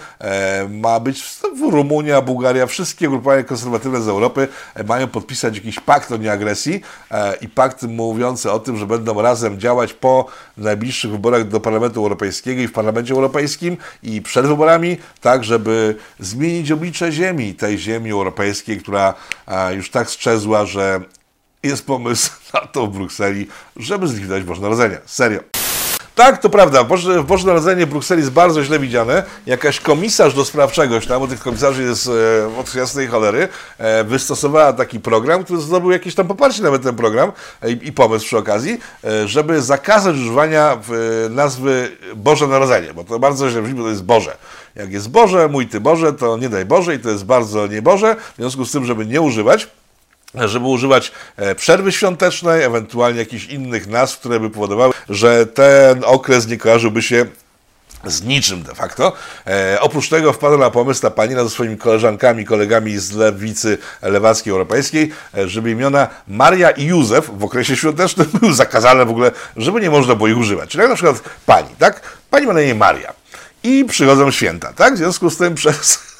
ma być Rumunia, Bułgaria, wszystkie ugrupowania konserwatywne z Europy mają podpisać jakiś pakt o nieagresji i pakt mówiący o tym, że będą razem działać po najbliższych wyborach do Parlamentu Europejskiego i w Parlamencie Europejskim i przed wyborami, tak żeby zmienić oblicze ziemi, tej ziemi europejskiej, która już tak sczezła, że jest pomysł na to w Brukseli, żeby zlikwidować Boże Narodzenie. Serio. Tak, to prawda, Boże, Boże Narodzenie w Brukseli jest bardzo źle widziane. Jakaś komisarz do spraw czegoś tam, bo tych komisarzy jest e, od jasnej cholery, e, wystosowała taki program, który zdobył jakieś tam poparcie nawet ten program e, i pomysł przy okazji, e, żeby zakazać używania w, e, nazwy Boże Narodzenie, bo to bardzo źle brzmi, bo to jest Boże. Jak jest Boże, mój Ty Boże, to nie daj Boże i to jest bardzo nieboże, w związku z tym, żeby nie używać, żeby używać przerwy świątecznej, ewentualnie jakichś innych nazw, które by powodowały, że ten okres nie kojarzyłby się z niczym de facto. E, oprócz tego wpadła na pomysł ta pani ze swoimi koleżankami, kolegami z lewicy lewackiej europejskiej, żeby imiona Maria i Józef w okresie świątecznym były zakazane w ogóle, żeby nie można było ich używać. Czyli jak na przykład pani, tak? Pani ma na imię Maria i przychodzą święta, tak? W związku z tym przez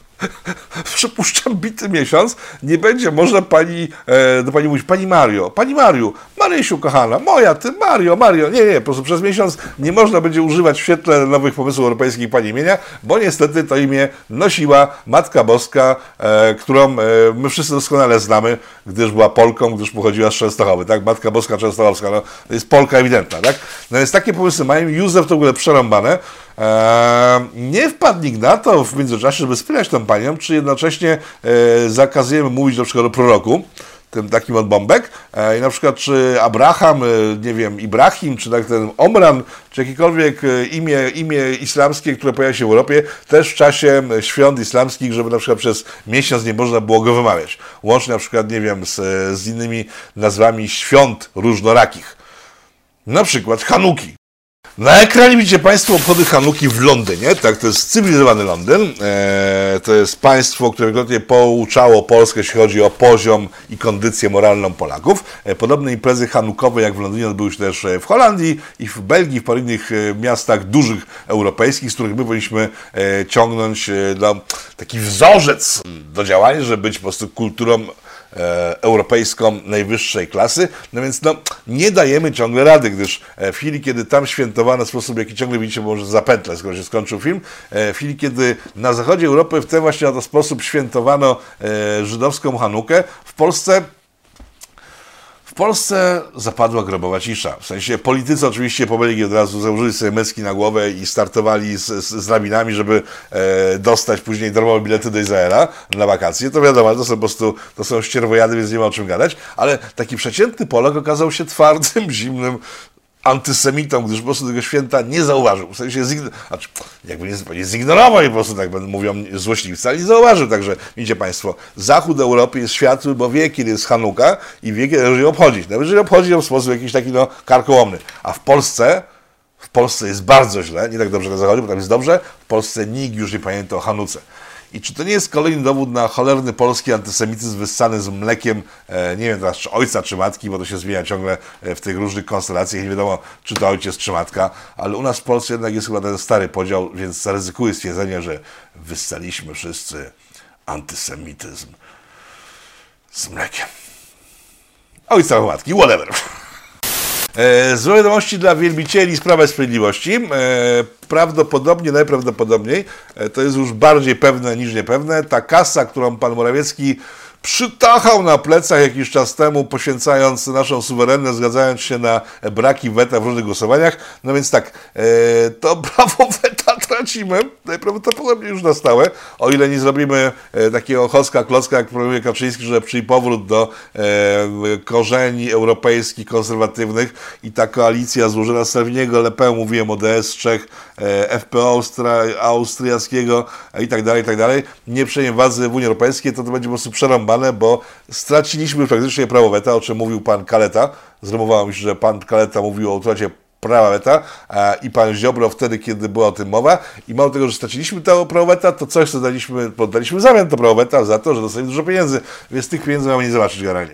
przypuszczam, bity miesiąc nie będzie można pani, e, do pani mówić, pani Mario, pani Mariu, Marysiu kochana, moja, ty Mario, Mario, nie, nie, po prostu przez miesiąc nie można będzie używać w świetle nowych pomysłów europejskich pani imienia, bo niestety to imię nosiła Matka Boska, e, którą e, my wszyscy doskonale znamy, gdyż była Polką, gdyż pochodziła z Częstochowy, tak, Matka Boska Częstochowska, no, to jest Polka ewidentna, tak, no więc takie pomysły mają, Józef to w ogóle przerąbane. Eee, nie wpadł nikt na to w międzyczasie, żeby wspierać tę panią, czy jednocześnie e, zakazujemy mówić na przykład o proroku, tym takim od bombek, e, i na przykład czy Abraham, e, nie wiem, Ibrahim, czy tak ten Omran, czy jakiekolwiek e, imię, imię islamskie, które pojawia się w Europie, też w czasie świąt islamskich, żeby na przykład przez miesiąc nie można było go wymawiać. Łącznie na przykład, nie wiem, z, z innymi nazwami świąt różnorakich. Na przykład Hanuki. Na ekranie widzicie Państwo obchody Hanuki w Londynie, tak, to jest cywilizowany Londyn, eee, to jest państwo, które wielokrotnie pouczało Polskę, jeśli chodzi o poziom i kondycję moralną Polaków. E, podobne imprezy hanukowe jak w Londynie odbyły się też w Holandii i w Belgii, w innych e, miastach dużych europejskich, z których my powinniśmy e, ciągnąć e, no, taki wzorzec do działania, żeby być po prostu kulturą E, europejską najwyższej klasy, no więc no, nie dajemy ciągle rady, gdyż w chwili, kiedy tam świętowano w sposób, jaki ciągle widzicie, bo może zapętlę, skoro się skończył film, e, w chwili, kiedy na zachodzie Europy w ten właśnie na to sposób świętowano e, żydowską Hanukę, w Polsce W Polsce zapadła grobowa cisza. W sensie politycy oczywiście pomyli od razu założyli sobie meski na głowę i startowali z, z, z rabinami, żeby e, dostać później darmowe bilety do Izraela na wakacje. To wiadomo, to są po prostu to są ścierwojady, więc nie ma o czym gadać. Ale taki przeciętny Polak okazał się twardym, zimnym antysemitą, gdyż po prostu tego święta nie zauważył. W sensie zign- znaczy, jakby nie, nie zignorował i po prostu tak mówią złośliwcy, ale nie zauważył. Także widzicie Państwo, zachód Europy jest światły, bo wie, kiedy jest Hanuka i wie, kiedy należy ją obchodzić. Nawet jeżeli obchodzi ją w sposób jakiś taki no, karkołomny. A w Polsce, w Polsce jest bardzo źle, nie tak dobrze na zachodzie, bo tam jest dobrze, w Polsce nikt już nie pamięta o Hanuce. I czy to nie jest kolejny dowód na cholerny polski antysemityzm wyssany z mlekiem, e, nie wiem teraz czy ojca, czy matki, bo to się zmienia ciągle w tych różnych konstelacjach, nie wiadomo czy to ojciec, czy matka, ale u nas w Polsce jednak jest chyba ten stary podział, więc zaryzykuję stwierdzenie, że wyssaliśmy wszyscy antysemityzm z mlekiem. Ojca albo matki, whatever. E, złe wiadomości dla wielbicieli Prawa i Sprawiedliwości. E, prawdopodobnie, najprawdopodobniej, e, to jest już bardziej pewne niż niepewne, ta kasa, którą pan Morawiecki przytachał na plecach jakiś czas temu, poświęcając naszą suwerenność, zgadzając się na braki weta w różnych głosowaniach. No więc tak, e, to prawo weta tracimy, najprawdopodobniej już na stałe, o ile nie zrobimy e, takiego choska klocka, jak proponuje Kaczyński, że przyjdzie powrót do e, korzeni europejskich, konserwatywnych i ta koalicja złożona z Salviniego, Le Pen, mówiłem o D S z Czech, e, F P O Austra- austriackiego i tak dalej, i tak dalej, nie przejmie władzy w Unii Europejskiej, to to będzie po prostu przerąbane, bo straciliśmy praktycznie prawo weta, o czym mówił pan Kaleta. Zrymowało mi się, że pan Kaleta mówił o utracie prawa weta i pan Ziobro wtedy, kiedy była o tym mowa. I mało tego, że straciliśmy to prawo weta, to coś, co daliśmy, poddaliśmy w zamian to prawo weta za to, że dostaliśmy dużo pieniędzy, więc tych pieniędzy mamy nie zobaczyć generalnie.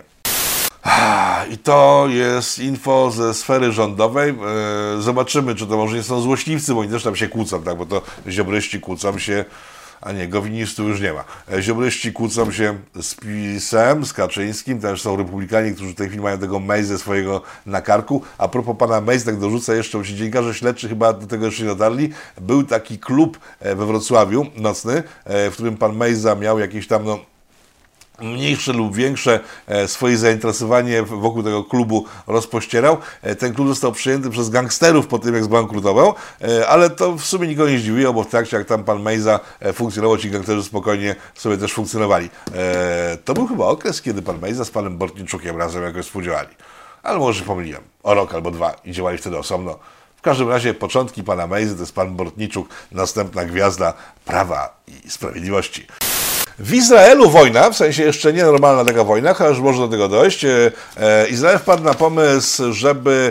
I to jest info ze sfery rządowej. Zobaczymy, czy to może nie są złośliwcy, bo oni też tam się kłócą, tak? Bo to ziobryści kłócą się, a nie, gowinistów już nie ma. Ziobryści kłócą się z PiS-em, z Kaczyńskim, też są republikanie, którzy w tej chwili mają tego Mejzę swojego na karku. A propos pana Mejzy, tak dorzucę jeszcze, bo ci dziennikarze śledczy chyba do tego jeszcze nie dotarli, był taki klub we Wrocławiu nocny, w którym pan Mejza miał jakieś tam, no, mniejsze lub większe swoje zainteresowanie wokół tego klubu rozpościerał. Ten klub został przyjęty przez gangsterów po tym, jak zbankrutował, ale to w sumie nikogo nie zdziwiło, bo w trakcie, jak tam pan Mejza funkcjonował, ci gangsterzy spokojnie sobie też funkcjonowali. To był chyba okres, kiedy pan Mejza z panem Bortniczukiem razem jakoś współdziałali. Ale może pomyliłem. O rok albo dwa i działali wtedy osobno. W każdym razie początki pana Mejzy to jest pan Bortniczuk, następna gwiazda Prawa i Sprawiedliwości. W Izraelu wojna, w sensie jeszcze nie normalna taka wojna, chociaż może do tego dojść. Izrael wpadł na pomysł, żeby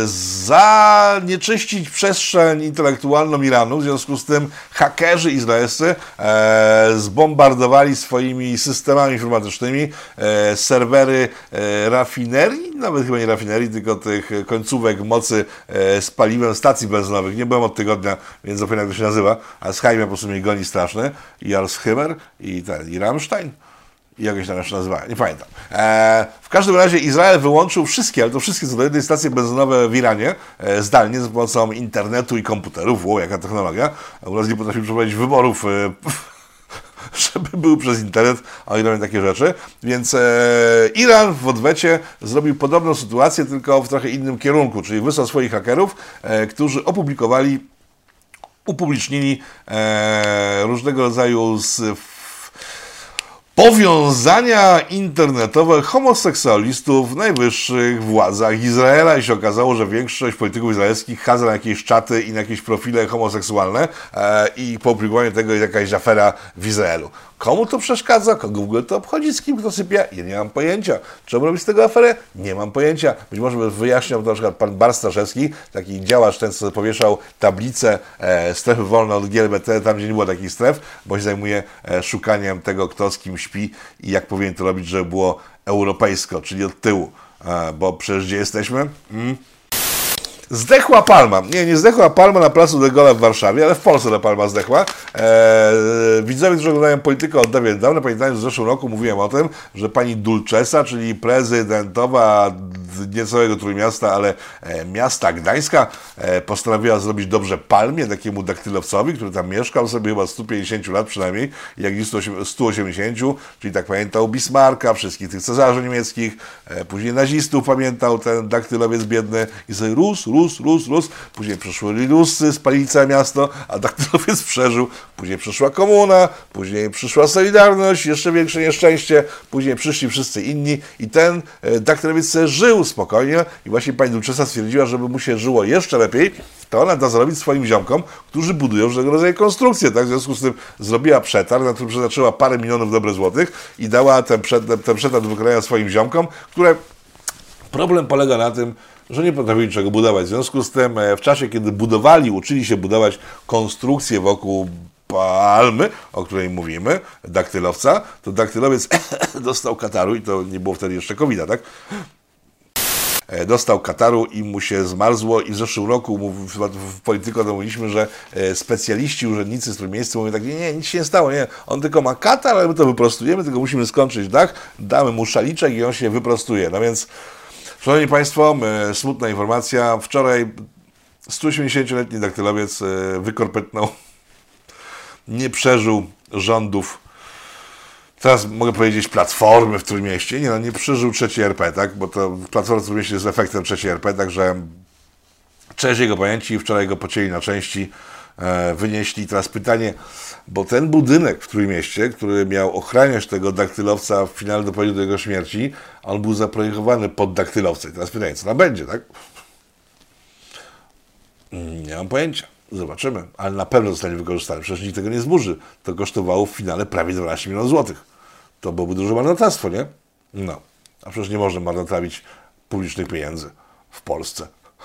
zanieczyścić przestrzeń intelektualną Iranu. W związku z tym hakerzy izraelscy zbombardowali swoimi systemami informatycznymi serwery rafinerii, nawet chyba nie rafinerii, tylko tych końcówek mocy z paliwem stacji benzynowych. Nie byłem od tygodnia, więc zapomniałem, jak to się nazywa. Alzheimer po prostu mnie goni straszny. I Alzheimer, i i Rammstein, i jakieś tam jeszcze nazywa, nie pamiętam. E, w każdym razie Izrael wyłączył wszystkie, ale to wszystkie co do jednej stacje benzynowe w Iranie, e, zdalnie, za pomocą internetu i komputerów. Wow, jaka technologia. U nas nie potrafimy przeprowadzić wyborów, e, żeby były przez internet, a oni robią takie rzeczy. Więc e, Iran w odwecie zrobił podobną sytuację, tylko w trochę innym kierunku, czyli wysłał swoich hakerów, e, którzy opublikowali, upublicznili e, różnego rodzaju z powiązania internetowe homoseksualistów w najwyższych władzach Izraela i się okazało, że większość polityków izraelskich chadza na jakieś czaty i na jakieś profile homoseksualne e, i po opublikowaniu tego jest jakaś afera w Izraelu. Komu to przeszkadza? Kogo w ogóle to obchodzi? Z kim kto sypia? Ja nie mam pojęcia. Czemu robić z tego aferę? Nie mam pojęcia. Być może by wyjaśniał to na przykład pan Bar Staszewski, taki działacz ten, co powieszał tablicę e, strefy wolne od G L B T, tam gdzie nie było takich stref, bo się zajmuje e, szukaniem tego, kto z kim śpi i jak powinien to robić, żeby było europejsko, czyli od tyłu. E, bo przecież gdzie jesteśmy? Mm. Zdechła palma. Nie, nie zdechła palma na placu de Gaulle w Warszawie, ale w Polsce ta palma zdechła. Eee, widzowie, którzy oglądają politykę od dawien dawna, pamiętają, że w zeszłym roku mówiłem o tym, że pani Dulczesa, czyli prezydentowa niecałego Trójmiasta, ale e, miasta Gdańska, e, postanowiła zrobić dobrze palmie, takiemu daktylowcowi, który tam mieszkał sobie chyba sto pięćdziesiąt lat przynajmniej, jak nie sto osiemdziesiąt, czyli tak pamiętał Bismarcka, wszystkich tych cesarzy niemieckich, e, później nazistów pamiętał ten daktylowiec biedny i sobie rósł, rósł, rósł, rósł. Później przyszły Ruscy, spalili całe miasto, a daktylowiec przeżył. Później przyszła komuna, później przyszła Solidarność, jeszcze większe nieszczęście, później przyszli wszyscy inni i ten e, daktylowiec sobie żył spokojnie i właśnie pani Dulczesa stwierdziła, żeby mu się żyło jeszcze lepiej, to ona da zrobić swoim ziomkom, którzy budują różnego rodzaju konstrukcje. Tak? W związku z tym zrobiła przetarg, na którym przeznaczyła parę milionów dobrych złotych i dała ten, przed, ten przetarg do wykonania swoim ziomkom, które problem polega na tym, że nie potrafili niczego budować. W związku z tym w czasie, kiedy budowali, uczyli się budować konstrukcje wokół palmy, o której mówimy, daktylowca, to daktylowiec dostał kataru i to nie było wtedy jeszcze kowida, tak? Dostał kataru i mu się zmarzło i w zeszłym roku w Polityko to mówiliśmy, że specjaliści, urzędnicy z Trójmiejsca mówią tak, nie, nie, nic się nie stało, nie, on tylko ma katar, ale my to wyprostujemy, tylko musimy skończyć dach, damy mu szaliczek i on się wyprostuje. No więc, szanowni Państwo, smutna informacja, wczoraj sto osiemdziesięcioletni daktylowiec wykorpetnął, nie przeżył rządów teraz mogę powiedzieć Platformy w Trójmieście, nie no, nie przeżył trzeciej R P, tak, bo to Platforma w Trójmieście jest efektem trzeciej R P, także część jego pamięci, wczoraj go pocięli na części, e, wynieśli. Teraz pytanie, bo ten budynek w Trójmieście, który miał ochraniać tego daktylowca w finale doprowadził do jego śmierci, on był zaprojektowany pod daktylowca. I teraz pytanie, co tam będzie, tak? Nie mam pojęcia. Zobaczymy, ale na pewno zostanie wykorzystany. Przecież nikt tego nie zburzy. To kosztowało w finale prawie dwanaście milionów złotych. To byłoby duże marnotrawstwo, nie? No. A przecież nie można marnotrawić publicznych pieniędzy w Polsce.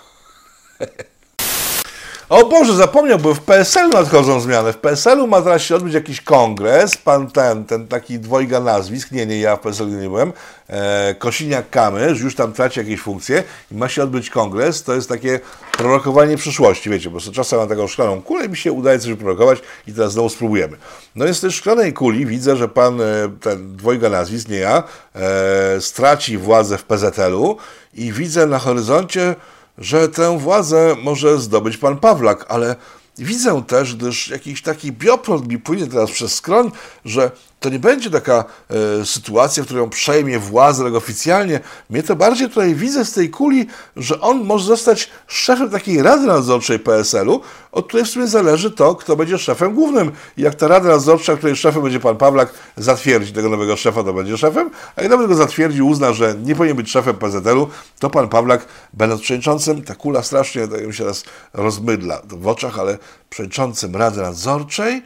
O Boże, zapomniał, bo w P S L nadchodzą zmiany. W P S L-u ma teraz się odbyć jakiś kongres. Pan ten, ten taki dwojga nazwisk, nie, nie, ja w P S L-u nie byłem, e, Kosiniak-Kamysz, już tam traci jakieś funkcje i ma się odbyć kongres. To jest takie prorokowanie przyszłości, wiecie, bo czasem mam taką szklaną kulę i mi się udaje coś prorokować i teraz znowu spróbujemy. No jest w tej szklanej kuli, widzę, że pan, ten dwojga nazwisk, nie ja, e, straci władzę w P Z L-u i widzę na horyzoncie, że tę władzę może zdobyć pan Pawlak, ale widzę też, gdyż jakiś taki bioprąd mi płynie teraz przez skroń, że to nie będzie taka e, sytuacja, w której on przejmie władzę tak oficjalnie. Mnie to bardziej tutaj widzę z tej kuli, że on może zostać szefem takiej Rady Nadzorczej P S L-u, od której w sumie zależy to, kto będzie szefem głównym. I jak ta Rada Nadzorcza, której szefem będzie pan Pawlak, zatwierdzi tego nowego szefa, to będzie szefem, a jak nawet go zatwierdzi, uzna, że nie powinien być szefem P Z L-u, to pan Pawlak, będąc przewodniczącym, ta kula strasznie tak mi się teraz rozmydla w oczach, ale przewodniczącym Rady Nadzorczej,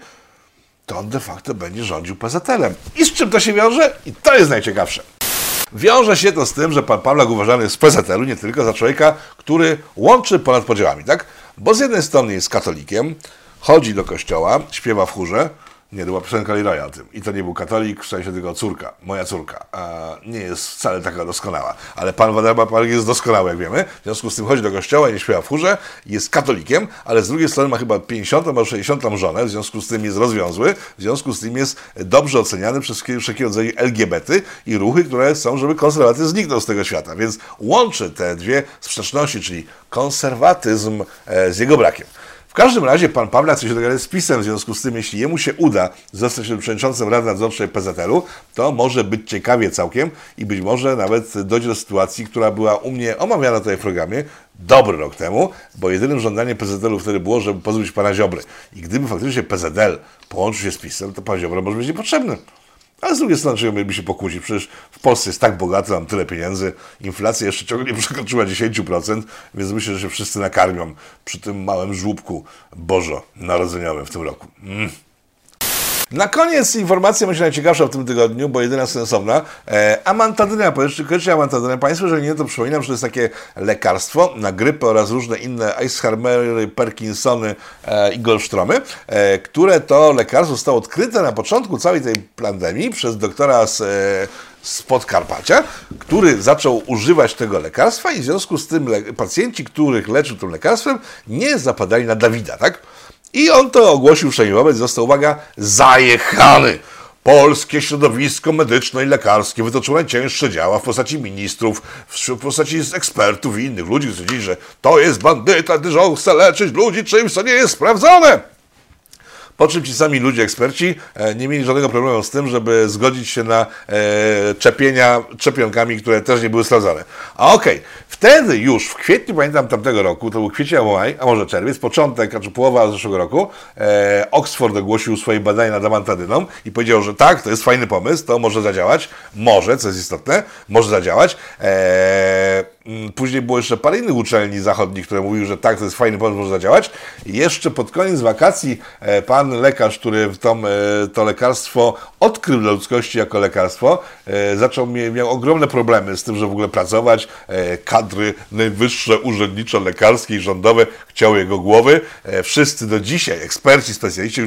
to on de facto będzie rządził P Z L-em. I z czym to się wiąże? I to jest najciekawsze. Wiąże się to z tym, że pan Pawlak uważany jest w P Z L-u nie tylko za człowieka, który łączy ponad podziałami, tak? Bo z jednej strony jest katolikiem, chodzi do kościoła, śpiewa w chórze, nie, była piosenka Leroya o tym. I to nie był katolik, w sensie tylko córka, moja córka. A nie jest wcale taka doskonała. Ale pan Waldemar jest doskonały, jak wiemy. W związku z tym chodzi do kościoła i nie śpiewa w chórze. Jest katolikiem, ale z drugiej strony ma chyba pięćdziesiątą albo sześćdziesiątą żonę. W związku z tym jest rozwiązły. W związku z tym jest dobrze oceniany przez wszelkiego rodzaju L G B T i ruchy, które chcą, żeby konserwatyzm zniknął z tego świata. Więc łączy te dwie sprzeczności, czyli konserwatyzm z jego brakiem. W każdym razie pan Pawlak chce się dogadać z PiS-em, w związku z tym, jeśli jemu się uda zostać przewodniczącym Rady Nadzorczej P Z L-u, to może być ciekawie całkiem i być może nawet dojdzie do sytuacji, która była u mnie omawiana tutaj w programie dobry rok temu, bo jedynym żądaniem P Z L-u wtedy było, żeby pozbyć pana Ziobry. I gdyby faktycznie P Z L połączył się z PiS-em, to pan Ziobro może być niepotrzebny. A z drugiej strony, czego mieliby się pokłócić? Przecież w Polsce jest tak bogaty, mam tyle pieniędzy, inflacja jeszcze ciągle nie przekroczyła dziesięć procent, więc myślę, że się wszyscy nakarmią przy tym małym żłóbku bożonarodzeniowym w tym roku. Mm. Na koniec informacja myślę najciekawsza w tym tygodniu, bo jedyna sensowna. E, amantadyna. Kojarzycie amantadynę Państwo? Jeżeli nie, to przypominam, że to jest takie lekarstwo na grypę oraz różne inne Alzheimery, Parkinsony e, i Golfstromy, e, które to lekarstwo zostało odkryte na początku całej tej pandemii przez doktora z, e, z Podkarpacia, który zaczął używać tego lekarstwa i w związku z tym le- pacjenci, których leczył tym lekarstwem, nie zapadali na Dawida, tak? I on to ogłosił wszędzie wobec, został, uwaga, zajechany. Polskie środowisko medyczne i lekarskie wytoczyło najcięższe działa w postaci ministrów, w postaci ekspertów i innych ludzi, którzy twierdzili, że to jest bandyta, gdyż on chce leczyć ludzi czymś, co nie jest sprawdzone. Po czym ci sami ludzie, eksperci, nie mieli żadnego problemu z tym, żeby zgodzić się na e, czepienia szczepionkami, które też nie były sprawdzone. A okej, okay, wtedy już w kwietniu, pamiętam tamtego roku, to był kwiecień albo maj, a może czerwiec, początek, a czy połowa zeszłego roku, e, Oxford ogłosił swoje badania nad amantadyną i powiedział, że tak, to jest fajny pomysł, to może zadziałać, może, co jest istotne, może zadziałać. E, Później było jeszcze parę innych uczelni zachodnich, które mówiły, że tak, to jest fajny pomysł, może zadziałać. I jeszcze pod koniec wakacji pan lekarz, który to, to lekarstwo odkrył dla ludzkości jako lekarstwo, zaczął, miał ogromne problemy z tym, żeby w ogóle pracować. Kadry najwyższe, urzędniczo-lekarskie i rządowe chciały jego głowy. Wszyscy do dzisiaj, eksperci, specjaliści,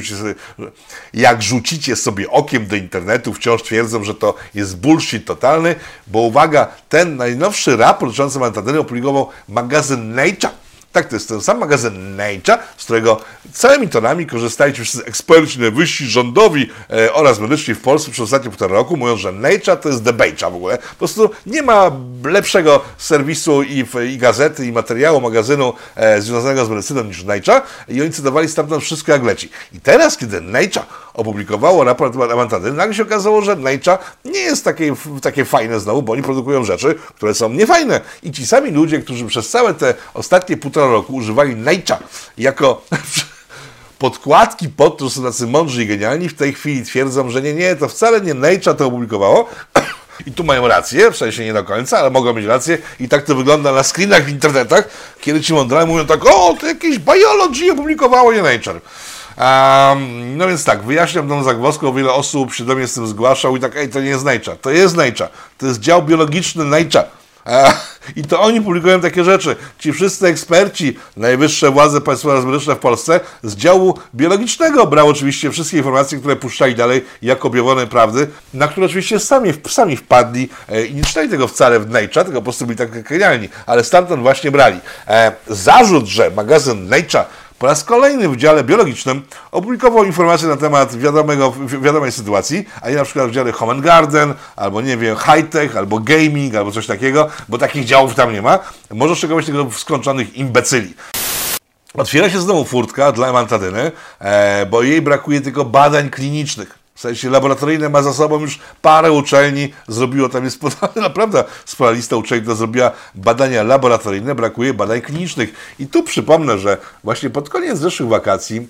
jak rzucicie sobie okiem do internetu, wciąż twierdzą, że to jest bullshit totalny, bo uwaga, ten najnowszy raport dotyczący amantadyny opublikował magazyn Nature. Tak, to jest ten sam magazyn Nature, z którego całymi tonami korzystali ci wszyscy eksperci najwyżsi rządowi e, oraz medyczni w Polsce przez ostatnie półtora roku, mówiąc, że Nature to jest debate w ogóle. Po prostu nie ma lepszego serwisu i, i gazety, i materiału, magazynu e, związanego z medycyną niż Nature i oni cytowali stamtąd wszystko jak leci. I teraz, kiedy Nature opublikowało raport na temat amantadyny. Nagle się okazało, że Nature nie jest takie, takie fajne znowu, bo oni produkują rzeczy, które są niefajne. I ci sami ludzie, którzy przez całe te ostatnie półtora roku używali Nature jako podkładki pod to, że są tacy mądrzy i genialni, w tej chwili twierdzą, że nie, nie, to wcale nie Nature to opublikowało. I tu mają rację, w sensie nie do końca, ale mogą mieć rację. I tak to wygląda na screenach w internetach, kiedy ci mądrale mówią tak, o, to jakieś Biology opublikowało, nie Nature. Um, no więc tak, wyjaśniam tą zagwozdkę, wiele osób się do mnie z tym zgłaszał i tak, ej, to nie jest Nature, to jest Nature, to jest dział biologiczny Nature. E, I to oni publikują takie rzeczy. Ci wszyscy eksperci, najwyższe władze państwowe oraz medyczne w Polsce z działu biologicznego brał oczywiście wszystkie informacje, które puszczali dalej jako objawione prawdy, na które oczywiście sami, sami wpadli e, i nie czytali tego wcale w Nature, tylko po prostu byli tak genialni, ale stamtąd właśnie brali. E, zarzut, że magazyn Nature po raz kolejny w dziale biologicznym opublikował informacje na temat wiadomego, wiadomej sytuacji, a nie na przykład w dziale Home and Garden, albo nie wiem, high-tech, albo gaming, albo coś takiego, bo takich działów tam nie ma. Może szykować tego skończonych imbecyli. Otwiera się znowu furtka dla amantadyny, e, bo jej brakuje tylko badań klinicznych. W sensie laboratoryjne ma za sobą już parę uczelni, zrobiło, tam jest podana naprawdę spora lista uczelni, która zrobiła badania laboratoryjne, brakuje badań klinicznych. I tu przypomnę, że właśnie pod koniec zeszłych wakacji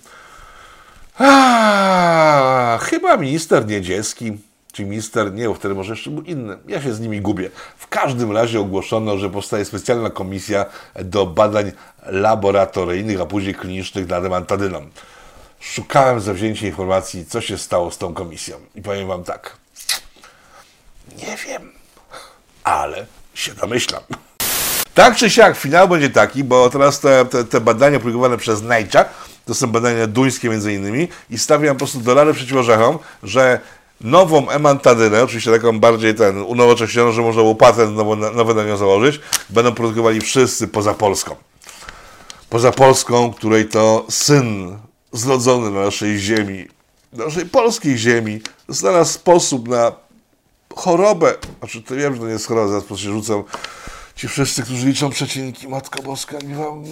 a, chyba minister Niedzielski, czy minister, nie, wtedy może jeszcze był inny, ja się z nimi gubię. W każdym razie ogłoszono, że powstaje specjalna komisja do badań laboratoryjnych, a później klinicznych nad amantadyną. Szukałem zawzięcie informacji, co się stało z tą komisją. I powiem wam tak, nie wiem, ale się domyślam. Tak czy siak, finał będzie taki, bo teraz te, te, te badania opublikowane przez Nature, to są badania duńskie między innymi, i stawiam po prostu dolary przeciw orzechom, że nową amantadynę, oczywiście taką bardziej ten unowocześnioną, że można było patent nowy, nowy na nią założyć, będą produkowali wszyscy poza Polską. Poza Polską, której to syn zrodzony na naszej ziemi, na naszej polskiej ziemi, znalazł sposób na chorobę. Znaczy, to wiem, że to nie jest choroba, zaraz po prostu się rzucą ci wszyscy, którzy liczą przecinki. Matko Boska, nie wam...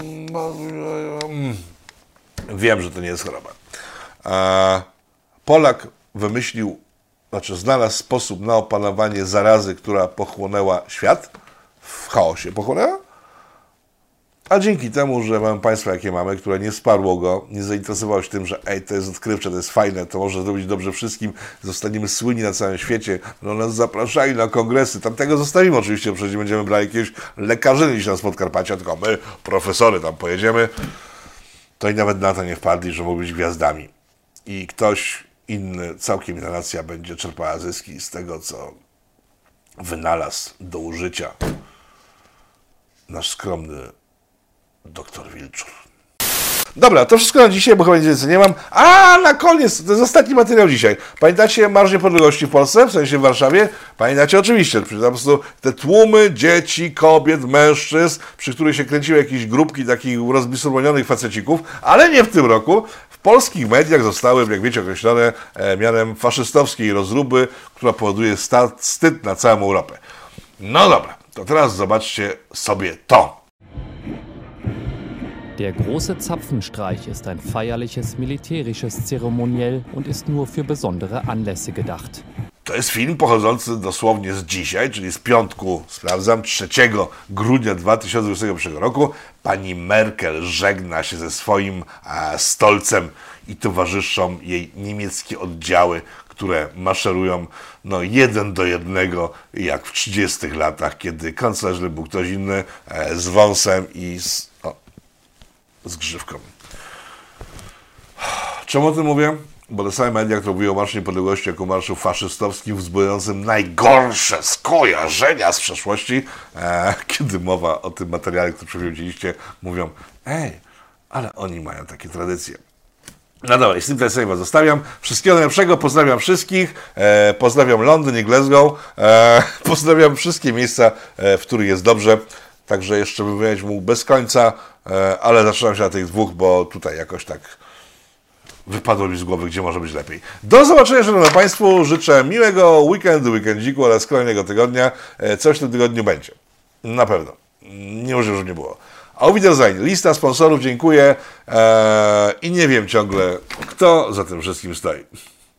Wiem, że to nie jest choroba. A Polak wymyślił, znaczy znalazł sposób na opanowanie zarazy, która pochłonęła świat. W chaosie pochłonęła. A dzięki temu, że mamy państwo, jakie mamy, które nie wsparło go, nie zainteresowało się tym, że ej, to jest odkrywcze, to jest fajne, to może zrobić dobrze wszystkim, zostaniemy słynni na całym świecie, no nas zapraszali na kongresy, tam tego zostawimy oczywiście, przecież będziemy brali jakiegoś lekarzyny gdzieś tam z Podkarpacia, tylko my, profesory, tam pojedziemy, to i nawet na to nie wpadli, że mogą być gwiazdami. I ktoś inny, całkiem inna nacja będzie czerpała zyski z tego, co wynalazł do użycia nasz skromny doktor Wilczur. Dobra, to wszystko na dzisiaj, bo chyba nic więcej nie mam. A na koniec, to jest ostatni materiał dzisiaj. Pamiętacie Marsz Niepodległości w Polsce, w sensie w Warszawie? Pamiętacie oczywiście, po prostu te tłumy dzieci, kobiet, mężczyzn, przy których się kręciły jakieś grupki takich rozbisurmonionych facecików, ale nie w tym roku. W polskich mediach zostały, jak wiecie, określone e, mianem faszystowskiej rozruby, która powoduje start, wstyd na całą Europę. No dobra, to teraz zobaczcie sobie to. Der große Zapfenstreich ist ein feierliches militärisches Zeremoniell und ist nur für besondere Anlässe gedacht. To jest film pochodzący dosłownie z dzisiaj, czyli z piątku, sprawdzam, trzeciego grudnia dwa tysiące dwudziestego pierwszego roku. Pani Merkel żegna się ze swoim e, stolcem i towarzyszą jej niemieckie oddziały, które maszerują no, jeden do jednego, jak w trzydziestych latach, kiedy kanclerzem był ktoś inny e, z wąsem i z, o, z grzywką. Czemu o tym mówię? Bo te same media, które mówią o Marszu Niepodległości jako marszu faszystowskim, wzbudzającym najgorsze skojarzenia z przeszłości, e, kiedy mowa o tym materiale, który przewidzieliście, mówią, ej, ale oni mają takie tradycje. No dobra, i z tym tutaj sobie was zostawiam. Wszystkiego najlepszego, pozdrawiam wszystkich, e, pozdrawiam Londyn i Glasgow, e, pozdrawiam wszystkie miejsca, e, w których jest dobrze, także jeszcze bym wymieniać mógł bez końca, e, ale zaczynam się na tych dwóch, bo tutaj jakoś tak wypadło mi z głowy, gdzie może być lepiej. Do zobaczenia, szanowni państwo, życzę miłego weekendu, weekendziku oraz kolejnego tygodnia, e, coś w tym tygodniu będzie, na pewno, nie może już nie było. Auf Wiedersehen. Lista sponsorów, dziękuję. Eee, I nie wiem ciągle, kto za tym wszystkim stoi.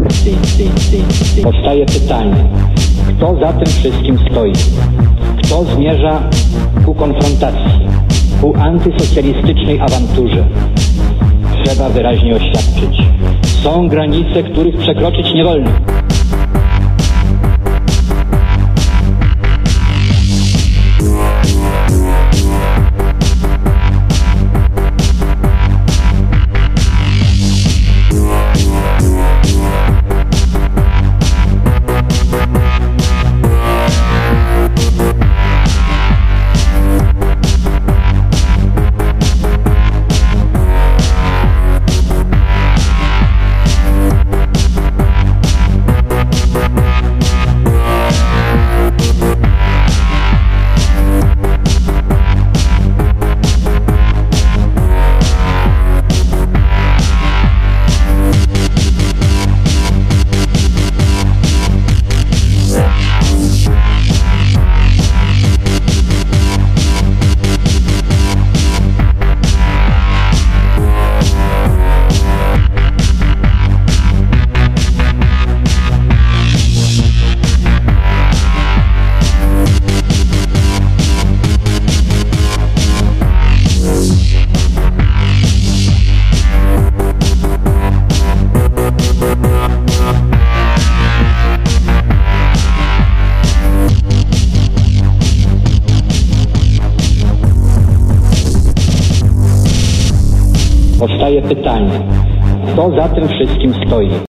Powstaje pytanie, kto za tym wszystkim stoi? Kto zmierza ku konfrontacji, ku antysocjalistycznej awanturze? Trzeba wyraźnie oświadczyć. Są granice, których przekroczyć nie wolno. Powstaje pytanie, kto za tym wszystkim stoi?